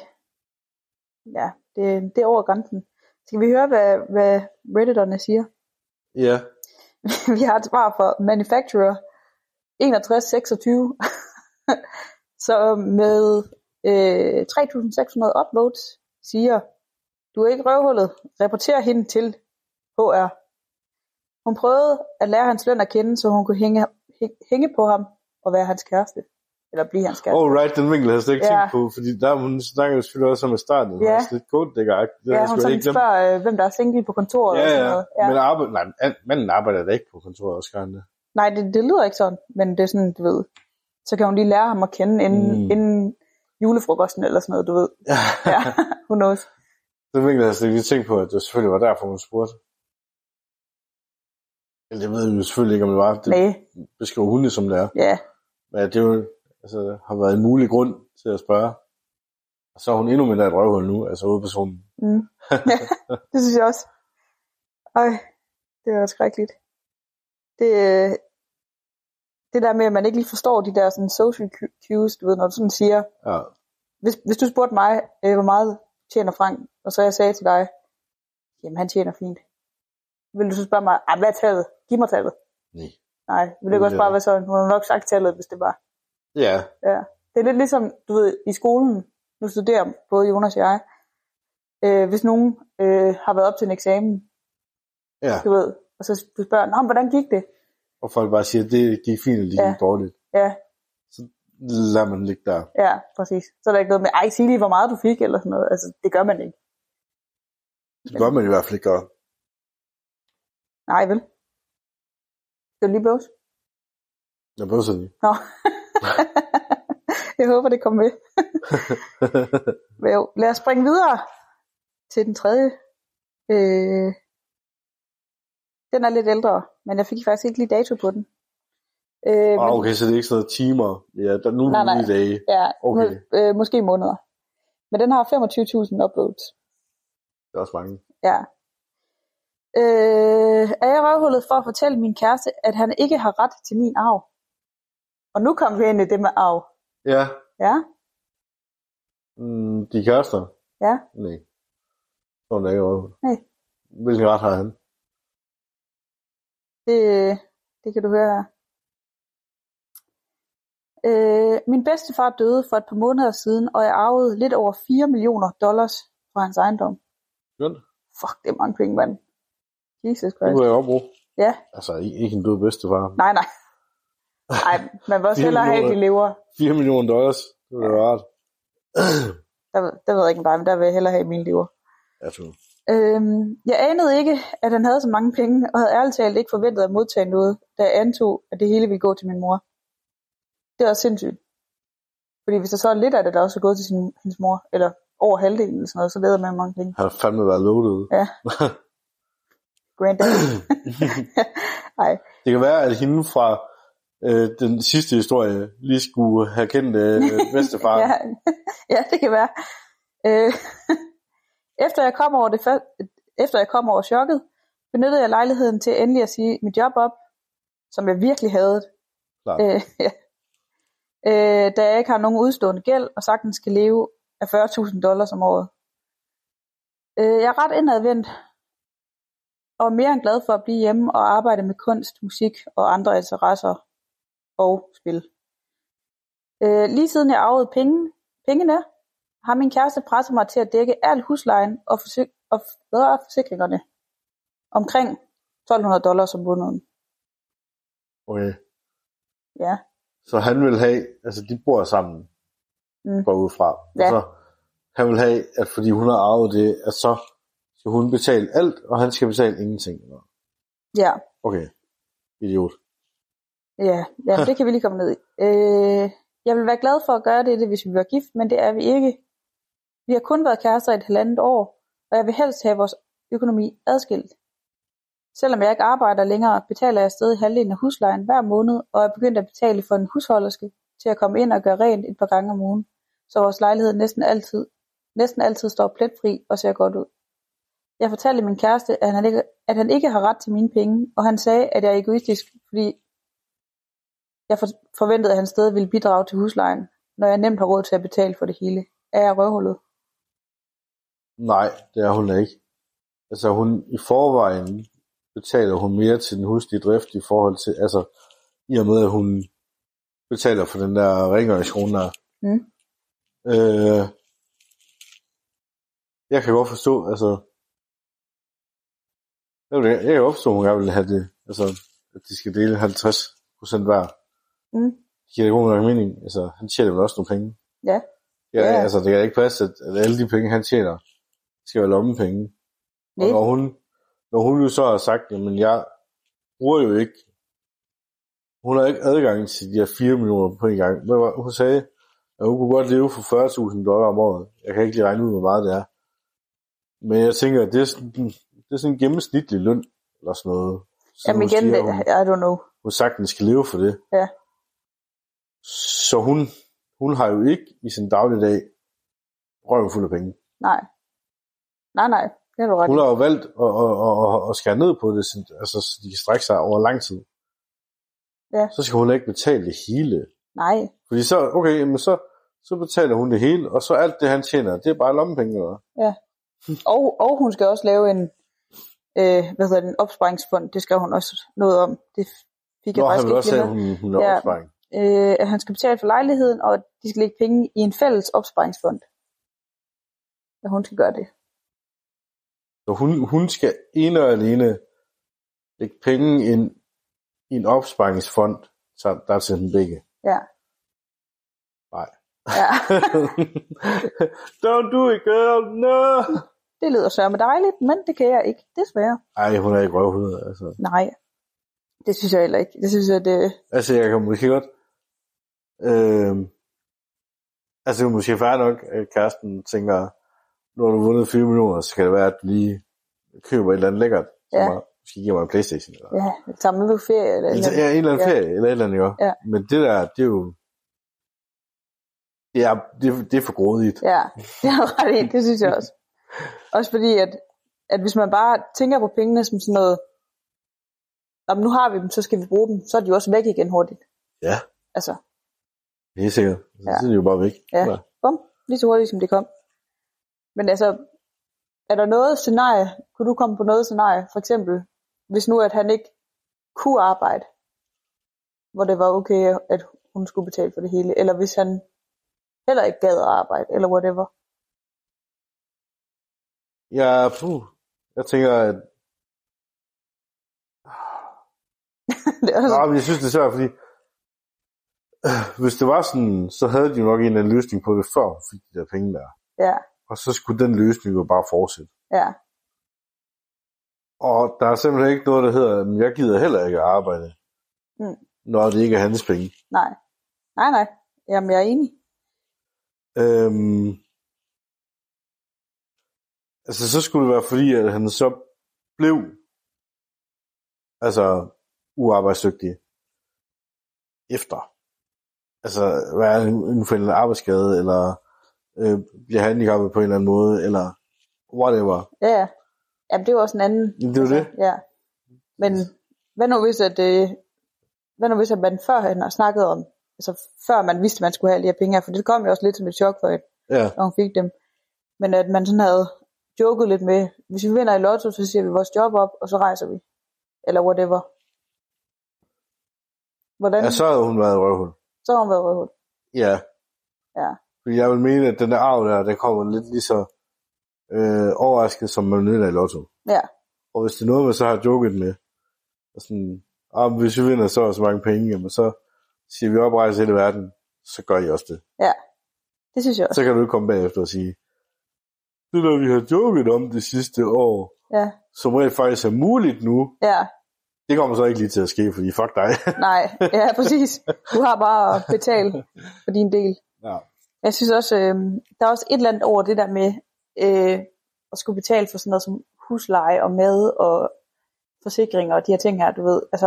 det er over grænsen. Skal vi høre, hvad Redditerne siger? Ja. Vi har et svar fra Manufacturer 6126. Så med 3.600 upvotes siger, du er ikke røvhullet, rapporter hende til HR. Hun prøvede at lære hans løn at kende, så hun kunne hænge på ham og være hans kæreste. Eller blive hans kæreste. Right, den vinkel har jeg slet ikke tænkt på, fordi der hun snakker jo selvfølgelig også om at starte. Ja. Det er lidt godt, det gør. Ja, hun sådan spørger, hvem der er single på kontoret. Ja, og sådan noget. Ja. Men manden arbejder da ikke på kontoret også, kan det? Nej, det lyder ikke sådan, men det er sådan, du ved. Så kan hun lige lære ham at kende inden julefrokosten eller sådan noget, du ved. Ja, who knows. Den vinkel har jeg slet ikke tænkt på, at det selvfølgelig var derfor, hun spurgte. Eller det ved jeg jo selvfølgelig ikke, om det var. Det beskriver hun det, som det er. Ja. Men det er jo, altså, har været en mulig grund til at spørge. Og så er hun endnu mindre et røvhul nu, altså hovedpersonen. Ja, det synes jeg også. Ej, det er skrækkeligt. Det der med, at man ikke lige forstår de der sådan social cues, du ved, når du sådan siger, ja. Hvis du spurgte mig, hvor meget tjener Frank, og så jeg sagde til dig, jamen han tjener fint. Vil du så spørge mig, hvad er tallet? Giv mig tallet. Nej, vil det også bare være sådan, hun har nok sagt tallet, hvis det var. Ja. Det er lidt ligesom, du ved, i skolen, nu studerer både Jonas og jeg, hvis nogen har været op til en eksamen, du ved, og så du spørger, hvordan gik det? Og folk bare siger, det gik fint, eller det gik dårligt. Ja. Så lader man ligge der. Ja, præcis. Så er der ikke noget med, sig lige, hvor meget du fik, eller sådan noget. Altså, det gør man ikke. Det gør man i hvert fald ikke gøre. Nej, vel? Skal du lige bøvse? Jeg bøvser lige. Nå. Jeg håber, det kommer med. Men jo, lad os springe videre til den tredje. Den er lidt ældre, men jeg fik faktisk ikke lige dato på den. Okay, så det er ikke sådan noget timer. Ja, der er nu lige dage. Ja, okay. Måske måneder. Men den har 25.000 uploads. Det er også mange. Ja. Er jeg røvhullet for at fortælle min kæreste, at han ikke har ret til min arv? Og nu kom vi ind i det med arv. Ja. Ja. De kærester? Ja. Nej. Sådan er ikke røvhullet. Nej. Hvilken ret har han? Det kan du høre her. Min bedstefar døde for et par måneder siden, og jeg arvede lidt over $4 millioner fra hans ejendom. Skønt. Fuck, det er mange penge, mand. Jesus Christ. Det kunne jeg også bruge. Ja. Altså, ikke en død bedstefar. Nej. Nej, man vil også hellere have, at de lever. $4 millioner, det var rart. Der ved jeg ikke dig, men der vil jeg hellere have, min lever. Ja, tror. Jeg anede ikke, at han havde så mange penge, og havde ærligt talt ikke forventet at modtage noget, da jeg antog, at det hele ville gå til min mor. Det er også sindssygt. Fordi hvis der så er lidt af det, der også er gået til hendes mor, eller over halvdelen eller sådan noget, så leder man mange penge. Han har fandme været loaded. Ja. Granddad. Nej. Det kan være, at hende fra den sidste historie lige skulle have kendt bedstefar. Ja, det kan være. Efter jeg kom over chokket, benyttede jeg lejligheden til endelig at sige mit job op, som jeg virkelig havde. Da jeg ikke har nogen udstående gæld, og sagtens skal leve af $40.000 om året. Jeg er ret indadvendt, og er mere end glad for at blive hjemme og arbejde med kunst, musik og andre interesser og spil. Lige siden jeg arvede pengene, har min kæreste presset mig til at dække al huslejen og forsikringerne. Omkring $1,200 om måneden. Okay. Ja. Så han vil have, altså de bor sammen, går ud fra. Ja. Så han vil have, at fordi hun har arvet det, at så skal hun betale alt, og han skal betale ingenting. Ja. Okay. Idiot. Ja, det kan vi lige komme ned i. Jeg vil være glad for at gøre det, hvis vi var gift, men det er vi ikke. Vi har kun været kærester i 1,5 år, og jeg vil helst have vores økonomi adskilt. Selvom jeg ikke arbejder længere, betaler jeg stadig halvdelen af huslejen hver måned, og er begyndt at betale for en husholderske til at komme ind og gøre rent et par gange om ugen, så vores lejlighed næsten altid står pletfri og ser godt ud. Jeg fortalte min kæreste, at han ikke har ret til mine penge, og han sagde, at jeg er egoistisk, fordi jeg forventede, at han stadig ville bidrage til huslejen, når jeg nemt har råd til at betale for det hele. Er jeg røvhullet? Nej, det er hun ikke. Altså hun i forvejen betaler hun mere til den huslige drift i forhold til, altså i og med at hun betaler for den der rengøringskone der. Jeg kan godt forstå, altså jeg kan godt forstå, at hun gerne vil have det Altså, at de skal dele 50% hver. Det giver ikke nogen mening. Altså, han tjener vel også nogle penge. Ja. Altså, det kan ikke passe, at alle de penge, han tjener, skal være lommepenge. Nej. Og når hun jo så har sagt, jamen jeg bruger jo ikke, hun har ikke adgang til de her 4 millioner på en gang. Hun sagde, at hun kunne godt leve for $40,000 om året. Jeg kan ikke lige regne ud, hvor meget det er. Men jeg tænker, at det er sådan en gennemsnitlig løn, eller sådan noget. Så jamen igen, I don't know. Hun sagtens skal leve for det. Ja. Så hun har jo ikke i sin dagligdag røven fuld af penge. Nej. Det er du ret. Hun har jo valgt at skære ned på det, altså, så de kan strække sig over lang tid. Ja. Så skal hun ikke betale det hele. Nej. Fordi så, okay, men så betaler hun det hele, og så alt det, han tjener, det er bare lommepenge, eller? Ja. Og hun skal også lave en opsparingsfond. Det skal hun også noget om. Det fik jeg faktisk ikke også sagde, hun er opsparing. At han skal betale for lejligheden, og de skal lægge penge i en fælles opsparingsfond. Og hun skal gøre det. Så hun skal ene og alene lægge penge ind i en opsparingsfond, så der er til den begge. Ja. Nej. Ja. Don't do it, girl, no! Det lyder sørme dejligt, men det kan jeg ikke, desværre. Ej, hun er ikke røvhudet, altså. Nej, det synes jeg heller ikke. Det synes jeg, det... Altså, jeg kan måske godt... altså, det er måske fair nok, at kæresten tænker, når du har vundet 4 millioner, så kan det være, at du lige køber et eller andet lækkert, som måske giver mig en Playstation. Eller. Ja, samler du ferie? Eller ja, en eller anden ferie, eller et eller andet, jo. Ja. Men det der, det er jo... Det er for grådigt. Ja, det er ret i, det synes jeg også. Også fordi, at hvis man bare tænker på pengene som sådan noget, om nu har vi dem, så skal vi bruge dem, så er de jo også væk igen hurtigt. Ja. Altså. Det er sikkert. Så er de jo bare væk. Ja, bum, lige så hurtigt som det kom. Men altså, er der noget scenarie, kunne du komme på noget scenarie, for eksempel, hvis nu at han ikke kunne arbejde, hvor det var okay, at hun skulle betale for det hele, eller hvis han heller ikke gad at arbejde, eller whatever. Ja, jeg tænker, at... men jeg synes, det er svært, fordi... hvis det var sådan, så havde de jo nok en eller anden løsning på det, før hun fik de der penge der. Ja. Og så skulle den løsning jo bare fortsætte. Ja. Og der er simpelthen ikke noget, der hedder, at jeg gider heller ikke at arbejde, når det ikke er hans penge. Nej. Jamen, jeg er enig. Altså, så skulle det være fordi, at han så blev uarbejdsdygtig efter. Altså, være inden for en arbejdsskade, eller bliver handicappet på en eller anden måde, eller whatever. Ja. Jamen, det er jo også en anden... Det er jo det. Ja. Men hvad nu hvis at man førhen har snakket om, altså før man vidste, at man skulle have de her penge her, for det kom jo også lidt som et chok for hende, når hun fik dem. Men at man sådan havde joket lidt med, hvis vi vinder i lotto, så siger vi vores job op, og så rejser vi. Eller whatever. Hvordan? Ja, så havde hun været røvhul. Så har hun været røvhul. Ja. Fordi jeg vil mene, at den der arv der, den kommer lidt lige så overrasket, som man vinder i lotto. Ja. Og hvis det er noget, man så har joket med, sådan, hvis vi vinder så mange penge, jamen så siger vi oprejse hele verden, så gør I også det. Ja, det synes jeg også. Så kan du ikke komme bagefter og sige, det der vi har joket om det sidste år, som rent faktisk er muligt nu, det kommer så ikke lige til at ske, fordi fuck dig. Nej, ja præcis. Du har bare at betale for din del. Ja. Jeg synes også, der er også et eller andet over det der med at skulle betale for sådan noget som husleje og mad og forsikringer og de her ting her, du ved. Altså,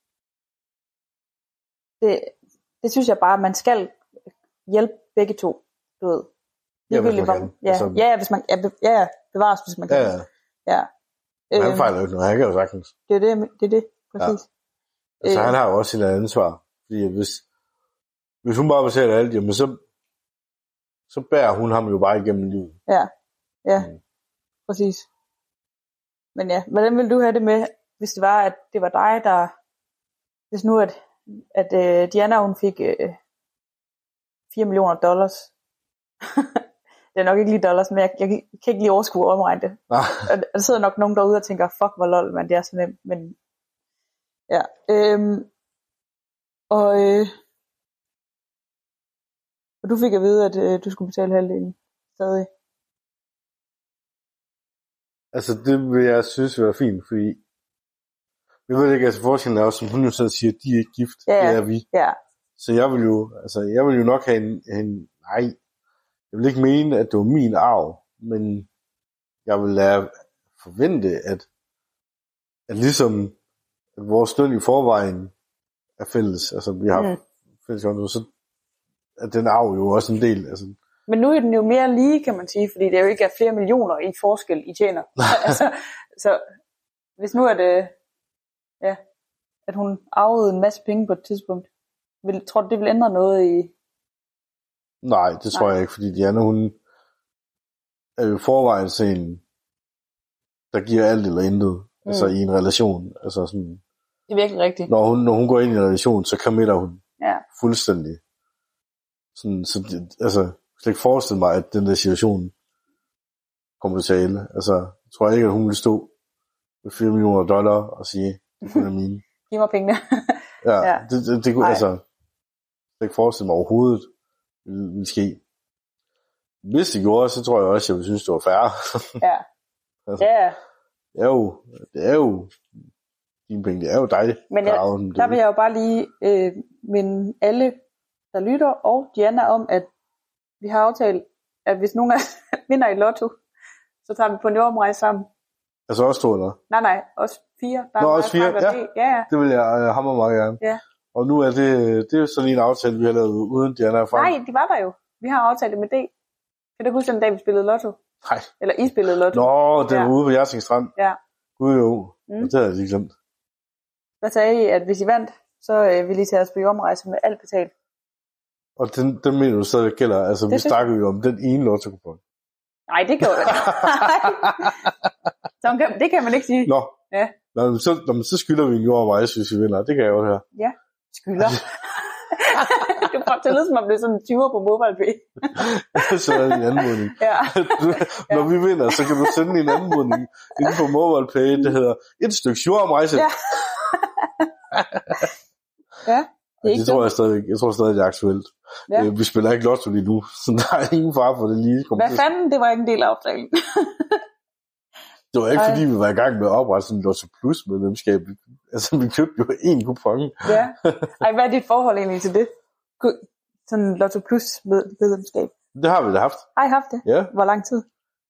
det synes jeg bare, man skal hjælpe begge to, du ved. Ja, hvis man kan. Hvis man bevares, hvis man kan. Ja. Han fejler jo ikke noget, han kan jo sagtens. Det er det, præcis. Ja. Altså han har jo også sit ansvar, fordi hvis hun bare betaler alt, jamen så bærer hun ham jo bare igennem livet. Ja, præcis. Men ja, hvordan ville du have det med, hvis det var, at det var dig, der, hvis nu at Diana, hun fik $4 millioner. Det er nok ikke lige dollars, men jeg kan ikke lige overskue at omregne det. Og der sidder nok nogen derude og tænker, fuck hvor lol, man, det er så nemt. Men Ja. Og du fik at vide, at du skulle betale halvdelen stadig. Altså, det vil jeg synes være fint, fordi jeg ved ikke, altså forskellen er også, som hun jo selv siger, de er ikke gift, Ja, det er vi. Ja. Så jeg vil jo nok have en nej, jeg vil ikke mene, at det var min arv, men jeg vil lade forvente, at ligesom at vores løn i forvejen er fælles, altså vi har fælles konto, så er den arv jo også en del. Altså. Men nu er den jo mere lige, kan man sige, fordi det jo ikke er flere millioner i forskel, I tjener. Altså, så hvis nu er det, ja, at hun arvede en masse penge på et tidspunkt, tror du, det vil ændre noget i? Nej, det tror jeg ikke, fordi Diana, hun er jo i forvejen sådan en, der giver alt eller intet, altså i en relation. Altså sådan, det er virkelig rigtigt. Når hun går ind i en relation, så committer hun fuldstændig. Sådan, så det, altså, jeg kan ikke forestille mig, at den der situation kommer til at tale. Altså, jeg tror ikke, at hun vil stå med $4 million og sige, det er mine. Giv mig pengene. Ja, det kunne, altså, jeg kan ikke forestille mig overhovedet, ville ske. Hvis det gjorde, så tror jeg også, at jeg ville synes, det var fair. Ja. Altså, Ja. Det er jo dine penge, det er jo dig. Men der vil jeg jo bare lige minde alle, der lytter, og Diana om, at vi har aftalt, at hvis nogen vinder i lotto, så tager vi på en jordomrejse sammen. Altså også 2 eller? Nej, også 4. Der Nå, også 4, ja. Det vil jeg hammer meget gerne. Ja. Og nu er det er jo sådan en aftale, vi har lavet uden Diana og Frank. Nej, de var der jo. Vi har aftalt det med D. Kan du huske den dag, vi spillede lotto? Nej. Eller I spillede lotto? Nå, det var ude på Jersing Strand. Ja. Gud jo, det havde jeg lige glemt. Der sagde I, at hvis I vandt, så ville I tage os på jordomrejse med alt betalt. Og den mener du stadig gælder, altså vi snakker jo om den ene lotto-kupon. Nej, det kan jo det kan man ikke sige. Nå, ja. Så skylder vi en jordomrejse, hvis vi vinder. Det kan jeg jo høre. Ja, skylder. Du får til lidt, som at blive sådan en 20'er på MobilePay. Så er det en anmodning. Ja. Når vi vinder, så kan du sende en anmodning inden på MobilePay, det hedder et stykke jordomrejse. Ja. Ja. Det tror jeg tror stadig, det er aktuelt. Ja. Vi spiller ikke lotto lige nu, så der er ingen fare for det lige. Hvad fanden, det var ikke en del af aftalen. Det var ikke fordi, vi var i gang med at oprette sådan en Lotto Plus medlemskab. Altså, vi købte jo 1 kupon. Ja. Ej, hvad er dit forhold egentlig til det? Sådan en Lotto Plus medlemskab. Det har vi da haft. Har I haft det? Ja. Hvor lang tid?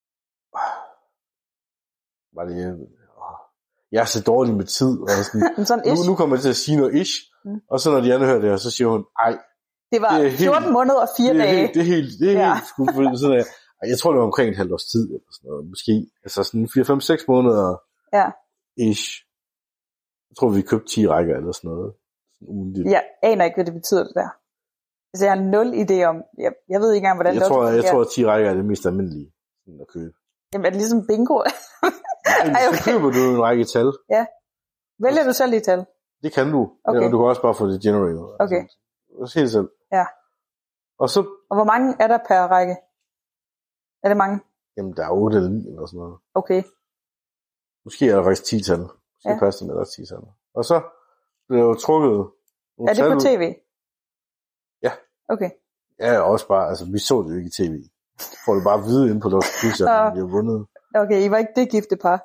Var det... Jeg er så dårlig med tid. Og sådan, nu kommer jeg til at sige noget ish. Og så når de andre hører det, så siger hun, ej. Det var 14 måneder og 4 dage. Det er helt skudt. Sådan der. Jeg tror, det var omkring et halvt års tid, eller sådan noget. Måske, altså sådan 4-5-6 måneder ish. Jeg tror, vi købte 10 rækker, eller sådan noget. Jeg aner ikke, hvad det betyder, det der. Altså, jeg har 0 idé om, jeg ved ikke engang, hvordan jeg tror, at 10 rækker er det mest almindelige at købe. Jamen, er det ligesom bingo? Nej, så køber du en række tal. Ja. Vælger du selv i tal? Det kan du. Okay. Og du kan også bare få det generated. Okay. Altså, helt selv. Ja. Og hvor mange er der per række? Er det mange? Jamen, der er 8 eller 9 eller sådan noget. Okay. Måske er der faktisk 10 tal. Måske passer med, der er 10 tal. Og så bliver jo trukket nogle tal. Er det på tv? Ja. Okay. Ja, også bare, altså vi så det jo ikke i tv. Får du bare at vide inde på Lotto Plus, at vi har vundet. Okay, I var ikke det gifte par.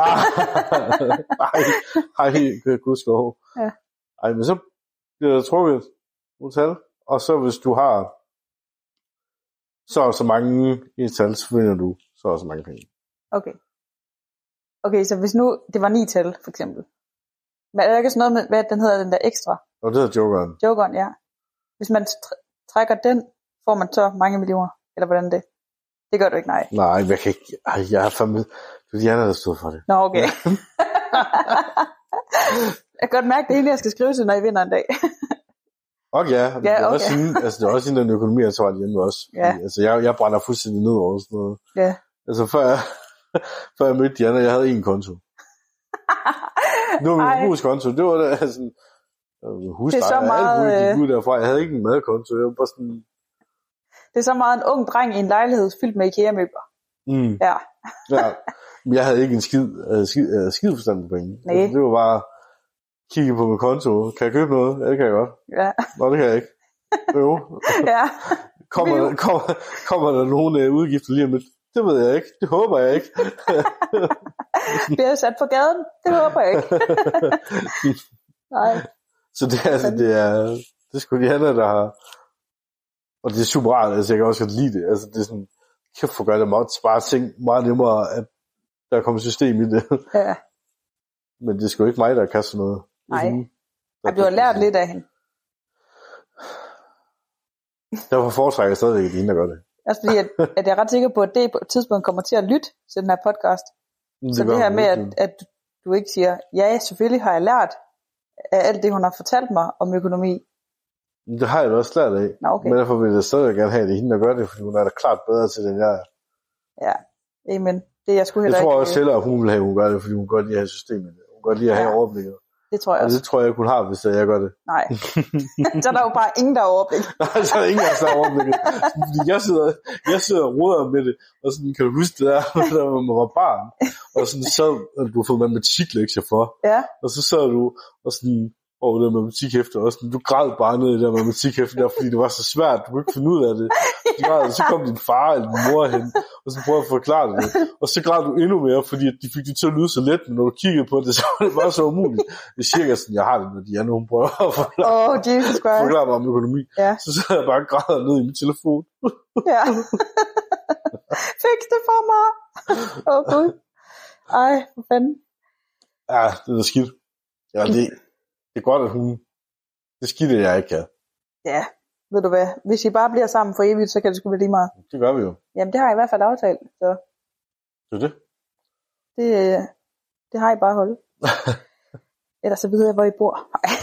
Nej, gudskelov. Ja. Ej, men så bliver der trukket nogle tal, og så hvis du har så mange i tal, så vinder du så mange penge. Okay. Okay, så hvis nu det var 9 tal, for eksempel. Men er der ikke sådan noget med, hvad den hedder, den der ekstra? Og det hedder Jokeren. Jokeren, ja. Hvis man trækker den, får man så mange millioner, eller hvordan det? Det gør du ikke, nej. Nej, jeg kan ikke. Jeg har fandme... Det er Diana, der stod for det. Nå, okay. Jeg kan godt mærke, det hele, jeg skal skrive til, når I vinder en dag. Okay, ja. Det er også det er også den økonomi, jeg tager hjemme også. Ja. Fordi, altså, jeg brænder fuldstændig ned over sådan noget. Ja. Altså, før jeg mødte Diana, jeg havde 1 konto. Nu var min huskonto, det var der sådan... Det er så meget... derfra. Jeg havde ikke en madkonto, jeg var bare sådan... Det er så meget en ung dreng i en lejlighed fyldt med IKEA-møbler. Ja. Ja. Men jeg havde ikke en skid forstand på penge. Nej. Altså, det var bare kigge på min konto. Kan jeg købe noget? Ja, det kan jeg godt. Ja. Nå, det kan jeg ikke. Jo. Ja. Kommer der nogle udgifter lige om lidt? Det ved jeg ikke. Det håber jeg ikke. Bliver jeg sat på gaden? Det håber jeg ikke. Nej. Så det er altså, det er sgu de andre, der har, og det er super rart, altså jeg kan også godt lide det, altså det er sådan, kæft for gør det meget, bare ting meget nemmere, at der kommer system i det. Ja. Men det er sgu ikke mig, der kan sådan noget. Nej. Du har lært lidt af hende. Derfor foretrækker jeg stadigvæk, at det er hende, der gør det. Altså fordi, at jeg er ret sikker på, at det på et tidspunkt kommer til at lytte til den her podcast. Så det her med, at du ikke siger, ja, selvfølgelig har jeg lært af alt det, hun har fortalt mig om økonomi. Det har jeg da også lært af. Nå, okay. Men derfor vil jeg stadig gerne have, at det er hende, der gør det, fordi hun er da klart bedre til det, end jeg er. Ja, amen. Det jeg skulle heller jeg tror ikke... også hellere, at hun vil have, at hun gør det, fordi hun godt lide at have systemet. Hun godt lide at have overblikket. Det tror jeg og også. det tror jeg ikke, hun har, hvis jeg gør det. Nej. Så er der jo bare ingen, der har overblik. Nej, så er der ingen, der har overblikket. Fordi jeg sidder og roder med det, og sådan, kan du huske det der, da man var barn? Og sådan, så du har fået matematiklektier for. Ja. Og så sad du og sådan, over det matematikhæfte, og sådan, du græd bare ned i det matematikhæfte der, fordi det var så svært, du kunne ikke finde ud af det. Så kom din far eller din mor hen, og så prøvede at forklare det. Og så græd du endnu mere, fordi de fik det til at lyde så let, men når du kiggede på det, så var det bare så umuligt. Det er cirka sådan, jeg har det, når Diana, hun prøver at forklare mig om økonomi. Ja. Så sidder jeg bare og græder ned i min telefon. Ja. Fix det for mig. Gud. Ej, hvor fanden. Ja, det er skidt. Ja, det er godt, at hun... Det skidte jeg ikke kan. Ja, ved du hvad? Hvis I bare bliver sammen for evigt, så kan det sgu være lige meget. Det gør vi jo. Jamen, det har jeg i hvert fald aftalt. Så. Det er det? Det har I bare holdt. Ellers så ved jeg, hvor I bor.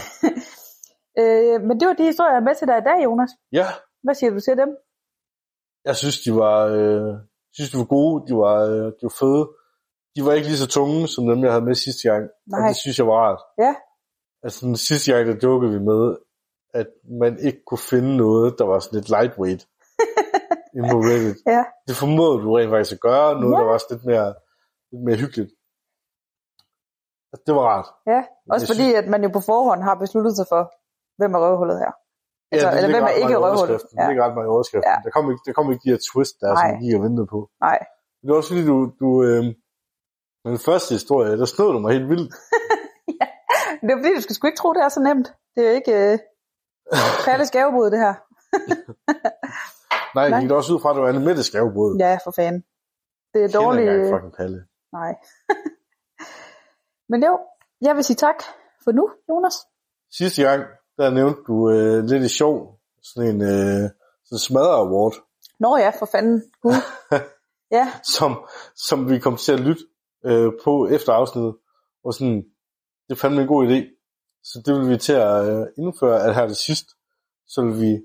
Men det var de historier, jeg er med til dig i dag, Jonas. Ja. Hvad siger du til dem? Jeg synes, de var gode. De var fede. De var ikke lige så tunge, som dem, jeg havde med sidste gang. Nej. Og det synes jeg var rart. Ja. Altså den sidste gang, der dukkede vi med, at man ikke kunne finde noget, der var sådan lidt lightweight inde på Reddit. Ja. Det formåede du rent faktisk at gøre, noget der var også lidt mere hyggeligt. Og det var rart. Ja, også fordi, at man jo på forhånd har besluttet sig for, hvem er røvhullet her. Altså, ja, eller hvem er ikke røvhullet. Ja. Det ligger ret meget i overskriften. Ja. Der kom ikke de her twist, der som gik og ventede på. Nej. Det var også fordi, du den første historie, der snød du mig helt vildt. Ja, det er fordi, du skal sgu ikke tro, det er så nemt. Det er ikke Palles gavebrud, det her. Nej, det gik da også ud fra, at det var Anne Mettes gavebrud. Ja, for fanden. Det er dårligt. Jeg kender ikke fucking Palle. Nej. Men jo, jeg vil sige tak for nu, Jonas. Sidste gang, der nævnte du lidt i sjov, sådan en smadre award. Nå ja, for fanden. Gud. Ja. Som vi kom til at lytte på efter afsnittet. Og sådan, det er fandme en god idé. Så det vil vi til at indføre, at her det sidst, så vil vi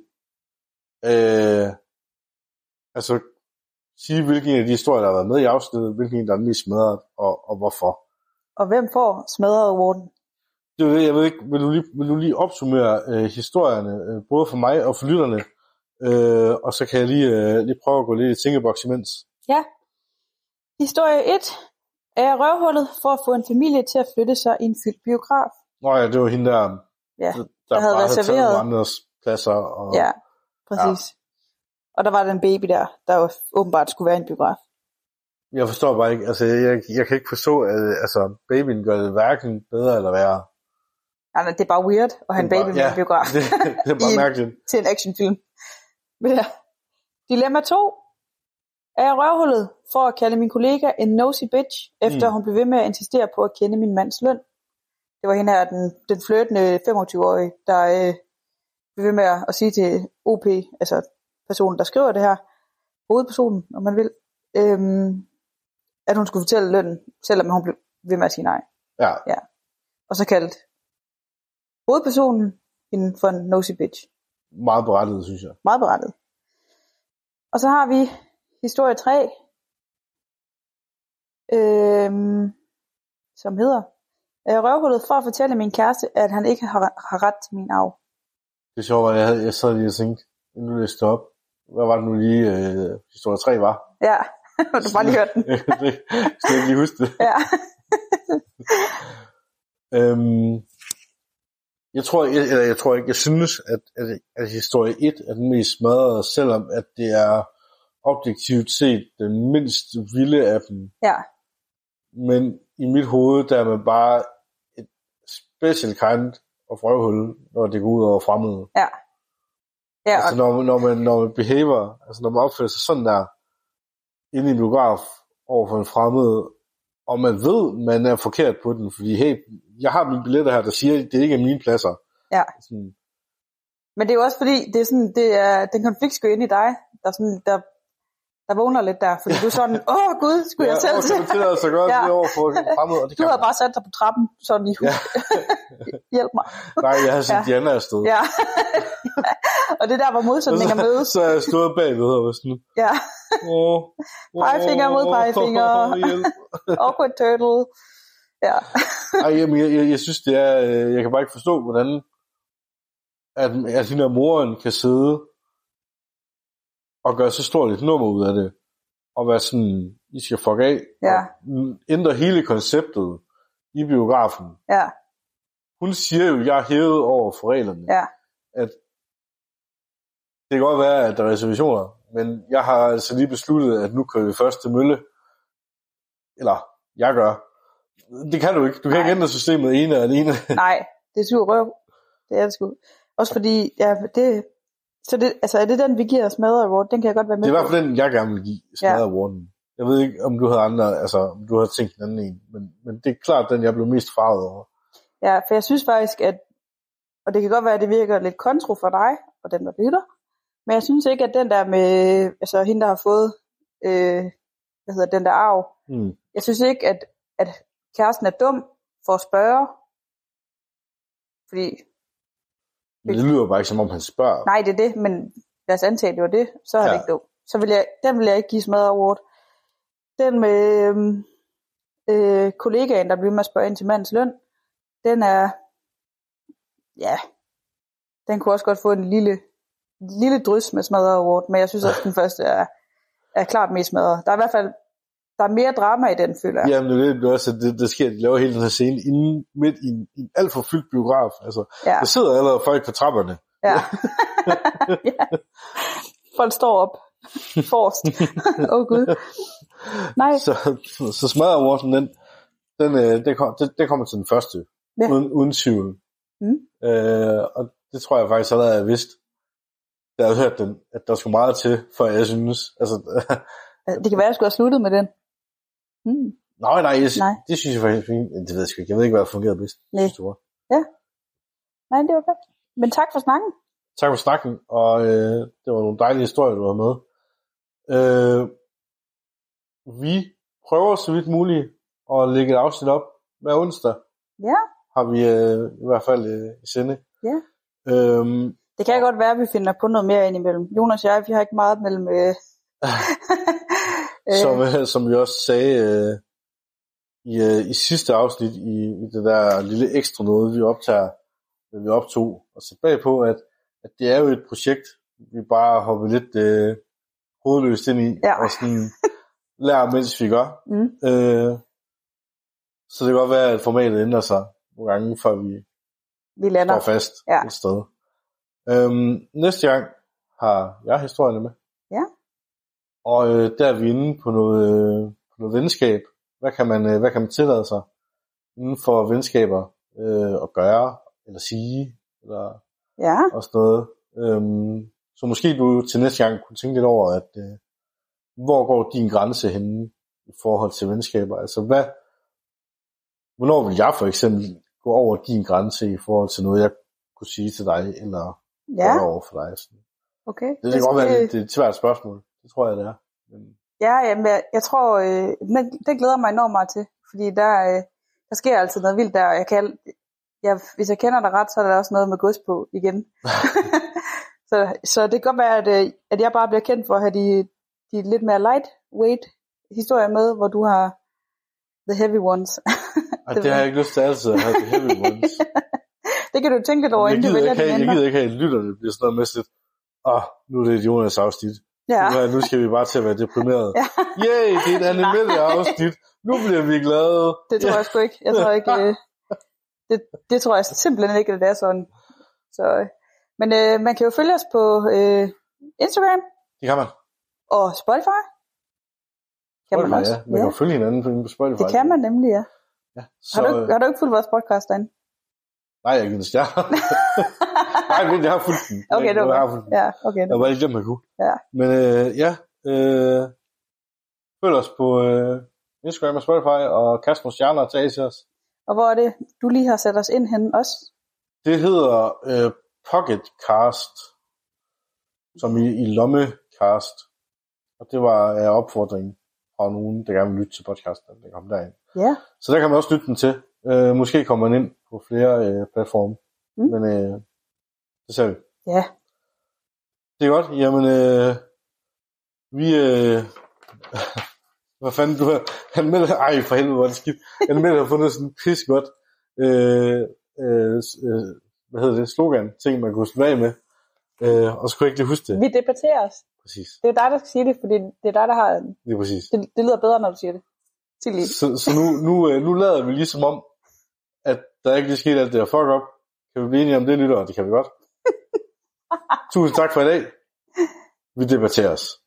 altså sige, hvilken af de historier, der har været med i afsnittet, hvilken der er mest smadret, og hvorfor. Og hvem får smadret awarden? Det er det, jeg ved ikke, vil du lige opsummere historierne, både for mig og for lytterne, og så kan jeg lige prøve at gå lidt i tænkeboks imens. Ja. Historie 1. Er røvhullet for at få en familie til at flytte sig i en fyldt biograf? Nå ja, det var hende der havde reserveret andres pladser. Og, ja, præcis. Ja. Og der var den baby der jo åbenbart skulle være en biograf. Jeg forstår bare ikke, altså jeg kan ikke forstå, at altså, babyen gør det hverken bedre eller værre. Nej, det er bare weird at have en baby med en biograf. Det er bare mærkeligt. Til en actionfilm. Ja. Dilemma 2. Er jeg røvhullet for at kalde min kollega en nosy bitch, efter hun blev ved med at insistere på at kende min mands løn? Det var hende her, den flirtende 25-årige, der blev ved med at sige til OP, altså personen, der skriver det her, hovedpersonen, om man vil, at hun skulle fortælle lønnen, selvom hun blev ved med at sige nej. Ja. Og så kaldte hovedpersonen hende for en nosy bitch. Meget berettiget, synes jeg. Meget berettiget. Og så har vi historie 3, som hedder røvhullet for at fortælle min kæreste, at han ikke har ret til min arv. Det er sjovt, at jeg sad lige og tænkte, nu læste op. Hvad var det nu lige, historie 3 var? Ja, du bare lige hørte den. Det skal jeg lige huske det. Ja. Jeg tror ikke, jeg synes, at historie 1 er den mest smadrede, selvom at det er objektivt set den mindst vilde af dem. Ja. Men i mit hoved, der er man bare et special kind of røvhul, når det går ud over fremmede. Ja. Ja, altså når man behaver, altså når man opfører sig sådan der, inde i en biograf over for en fremmed, og man ved, man er forkert på den, fordi hey, jeg har mine billetter her, der siger, at det ikke er mine pladser. Ja. Sådan. Men det er jo også fordi, det er den konfliktsky inde i dig, der vågner lidt der, fordi du er sådan, gud, skulle jeg selv til? Ja, så godt det over for fremmed, og det du havde bare sat dig på trappen, sådan i hus. Hjælp mig. Nej, jeg har set Diana afsted. Ja. Og det der var modsætninger mødes. Så er jeg stået bagved og sådan. Ja. Pegefinger mod pegefinger. Awkward turtle. Ja. Ej, jamen, jeg synes det er, jeg kan bare ikke forstå, hvordan at hende og moren kan sidde og gøre så stort et nummer ud af det, og være sådan, I skal fuck af, ja. Og ændre hele konceptet i biografen. Ja. Hun siger jo, jeg er hævet over for reglerne. Ja. At det kan godt være, at der er reservationer, men jeg har altså lige besluttet, at nu kører vi først til Mølle. Eller, jeg gør. Det kan du ikke. Du kan ikke ændre systemet ene og alene. Nej, det er sur røv. Det er det sgu. Også fordi, ja, det... Så det, altså, er det den, vi giver Smadre Award? Den kan jeg godt være med på. Det er i hvert fald den, jeg gerne vil give Smadre Awarden. Jeg ved ikke, om du havde andre, altså, om du havde tænkt en anden en, men det er klart den, jeg blev mest farvet over. Ja, for jeg synes faktisk, at, og det kan godt være, at det virker lidt kontro for dig, og den, der lytter, men jeg synes ikke, at den der med, altså hende, der har fået, den der arv, jeg synes ikke, at kæresten er dum for at spørge, fordi men det lyder bare ikke, som om han spørger. Nej, det er det, men lad os antage, det var det, så er det ikke dumt. Så den vil jeg ikke give Smadre Award. Den med kollegaen, der bliver med at spørge ind til mandens løn, den er, ja, den kunne også godt få en lille drys med Smadre Award, men jeg synes også, den første er klart mest smadret. Der er i hvert fald, der er mere drama i den, føler jeg. Jamen, det er også, at det sker, at de laver hele den her scene inde midt i en alt for fyldt biograf. Altså, der sidder allerede folk på trapperne. Ja. Ja. Folk står op forrest. Gud. Nej. Så Smadre Awarden, den kommer til den første. Ja. Uden tvivl. Og det tror jeg faktisk allerede, jeg vidste. Da jeg havde hørt den, at der skulle meget til, for jeg synes. Altså, det kan være, at jeg skulle have sluttet med den. Nej, det synes jeg faktisk fint. Det ved jeg sgu ikke. Jeg ved ikke, hvad der fungerede bedst. Nej. Ja. Nej, det var godt. Men tak for snakken. Tak for snakken, og det var nogle dejlige historier, du var med. Vi prøver så vidt muligt at lægge et afsnit op hver onsdag. Ja. Har vi i hvert fald i sinde. Ja. Det kan godt være, at vi finder på noget mere indimellem. Jonas og jeg, vi har ikke meget mellem... Som vi også sagde i sidste afsnit i det der lille ekstra noget, vi optog og så bagpå, at det er jo et projekt, vi bare hopper lidt hovedløst ind i, og sådan lærer, mens vi gør. Så det kan godt være, at formatet ændrer sig nogle gange, før vi lander står fast et sted. Næste gang har jeg historierne med. Ja. Og der er vi inde på noget venskab. Hvad kan man tillade sig inden for venskaber at gøre, eller sige, eller og sådan noget. Så måske du til næste gang kunne tænke lidt over, at hvor går din grænse henne i forhold til venskaber? Altså hvornår vil jeg for eksempel gå over din grænse i forhold til noget, jeg kunne sige til dig, eller gøre over for dig? Sådan. Okay. Det kan godt være, det er et svært spørgsmål. Det tror jeg, det er. Ja, jamen, jeg tror, det glæder mig enormt meget til, fordi der sker altid noget vildt der. Hvis jeg kender dig ret, så er der også noget med gods på igen. så det kan godt være, at jeg bare bliver kendt for at have de lidt mere lightweight historier med, hvor du har the heavy ones. Det har jeg ikke lyst til altid at have the heavy ones. Det kan du tænke lidt over, inden du vælger den anden. Jeg gider ikke have, at lytterne bliver sådan noget med lidt, nu er det et Jonas afsnit. Ja. Nu skal vi bare til at være deprimeret. Yay, det er et animeret afsnit. Nu bliver vi glade. Det tror jeg sgu ikke. Jeg tror ikke, Det tror jeg simpelthen ikke, at det er sådan. Så, men man kan jo følge os på Instagram. Det kan man. Og Spotify. Kan man også. Ja. Man kan følge hinanden på Spotify. Det kan man nemlig, ja. Så, har du ikke fulgt vores podcast derinde? Nej, jeg har givet en stjerne. Nej, men jeg har fulgt den. Okay, det var fulgt den. Ja, okay. Jeg var ikke dem, jeg kunne. Ja. Men følg os på Instagram og Spotify, og kast nogle stjerner og tag til os. Og hvor er det, du lige har sat os ind henne også? Det hedder Pocketcast, som i lommecast. Og det var opfordringen fra nogen, der gerne vil lytte til podcasten, der kommer derind. Ja. Så der kan man også lytte den til. Måske kommer man ind på flere platforme. Men det ser vi. Ja. Det er godt. Jamen, vi... hvad fanden, du har... Han melder... Ej, for helvede, hvor er det skidt. Han melder har fundet sådan en pis godt... hvad hedder det? Slogan. Ting, man kunne slutte af med. Og så kunne jeg ikke lige huske det. Vi debatterer os. Præcis. Det er dig, der skal sige det, fordi det er dig, der har... Det er præcis. Det lyder bedre, når du siger det. Sig lige. Så nu lader vi ligesom om, at der ikke lige skete alt det her fuck up. Kan vi blive enige om det, lytter? Det kan vi godt. Tusind tak for i dag. Vi debatterer os.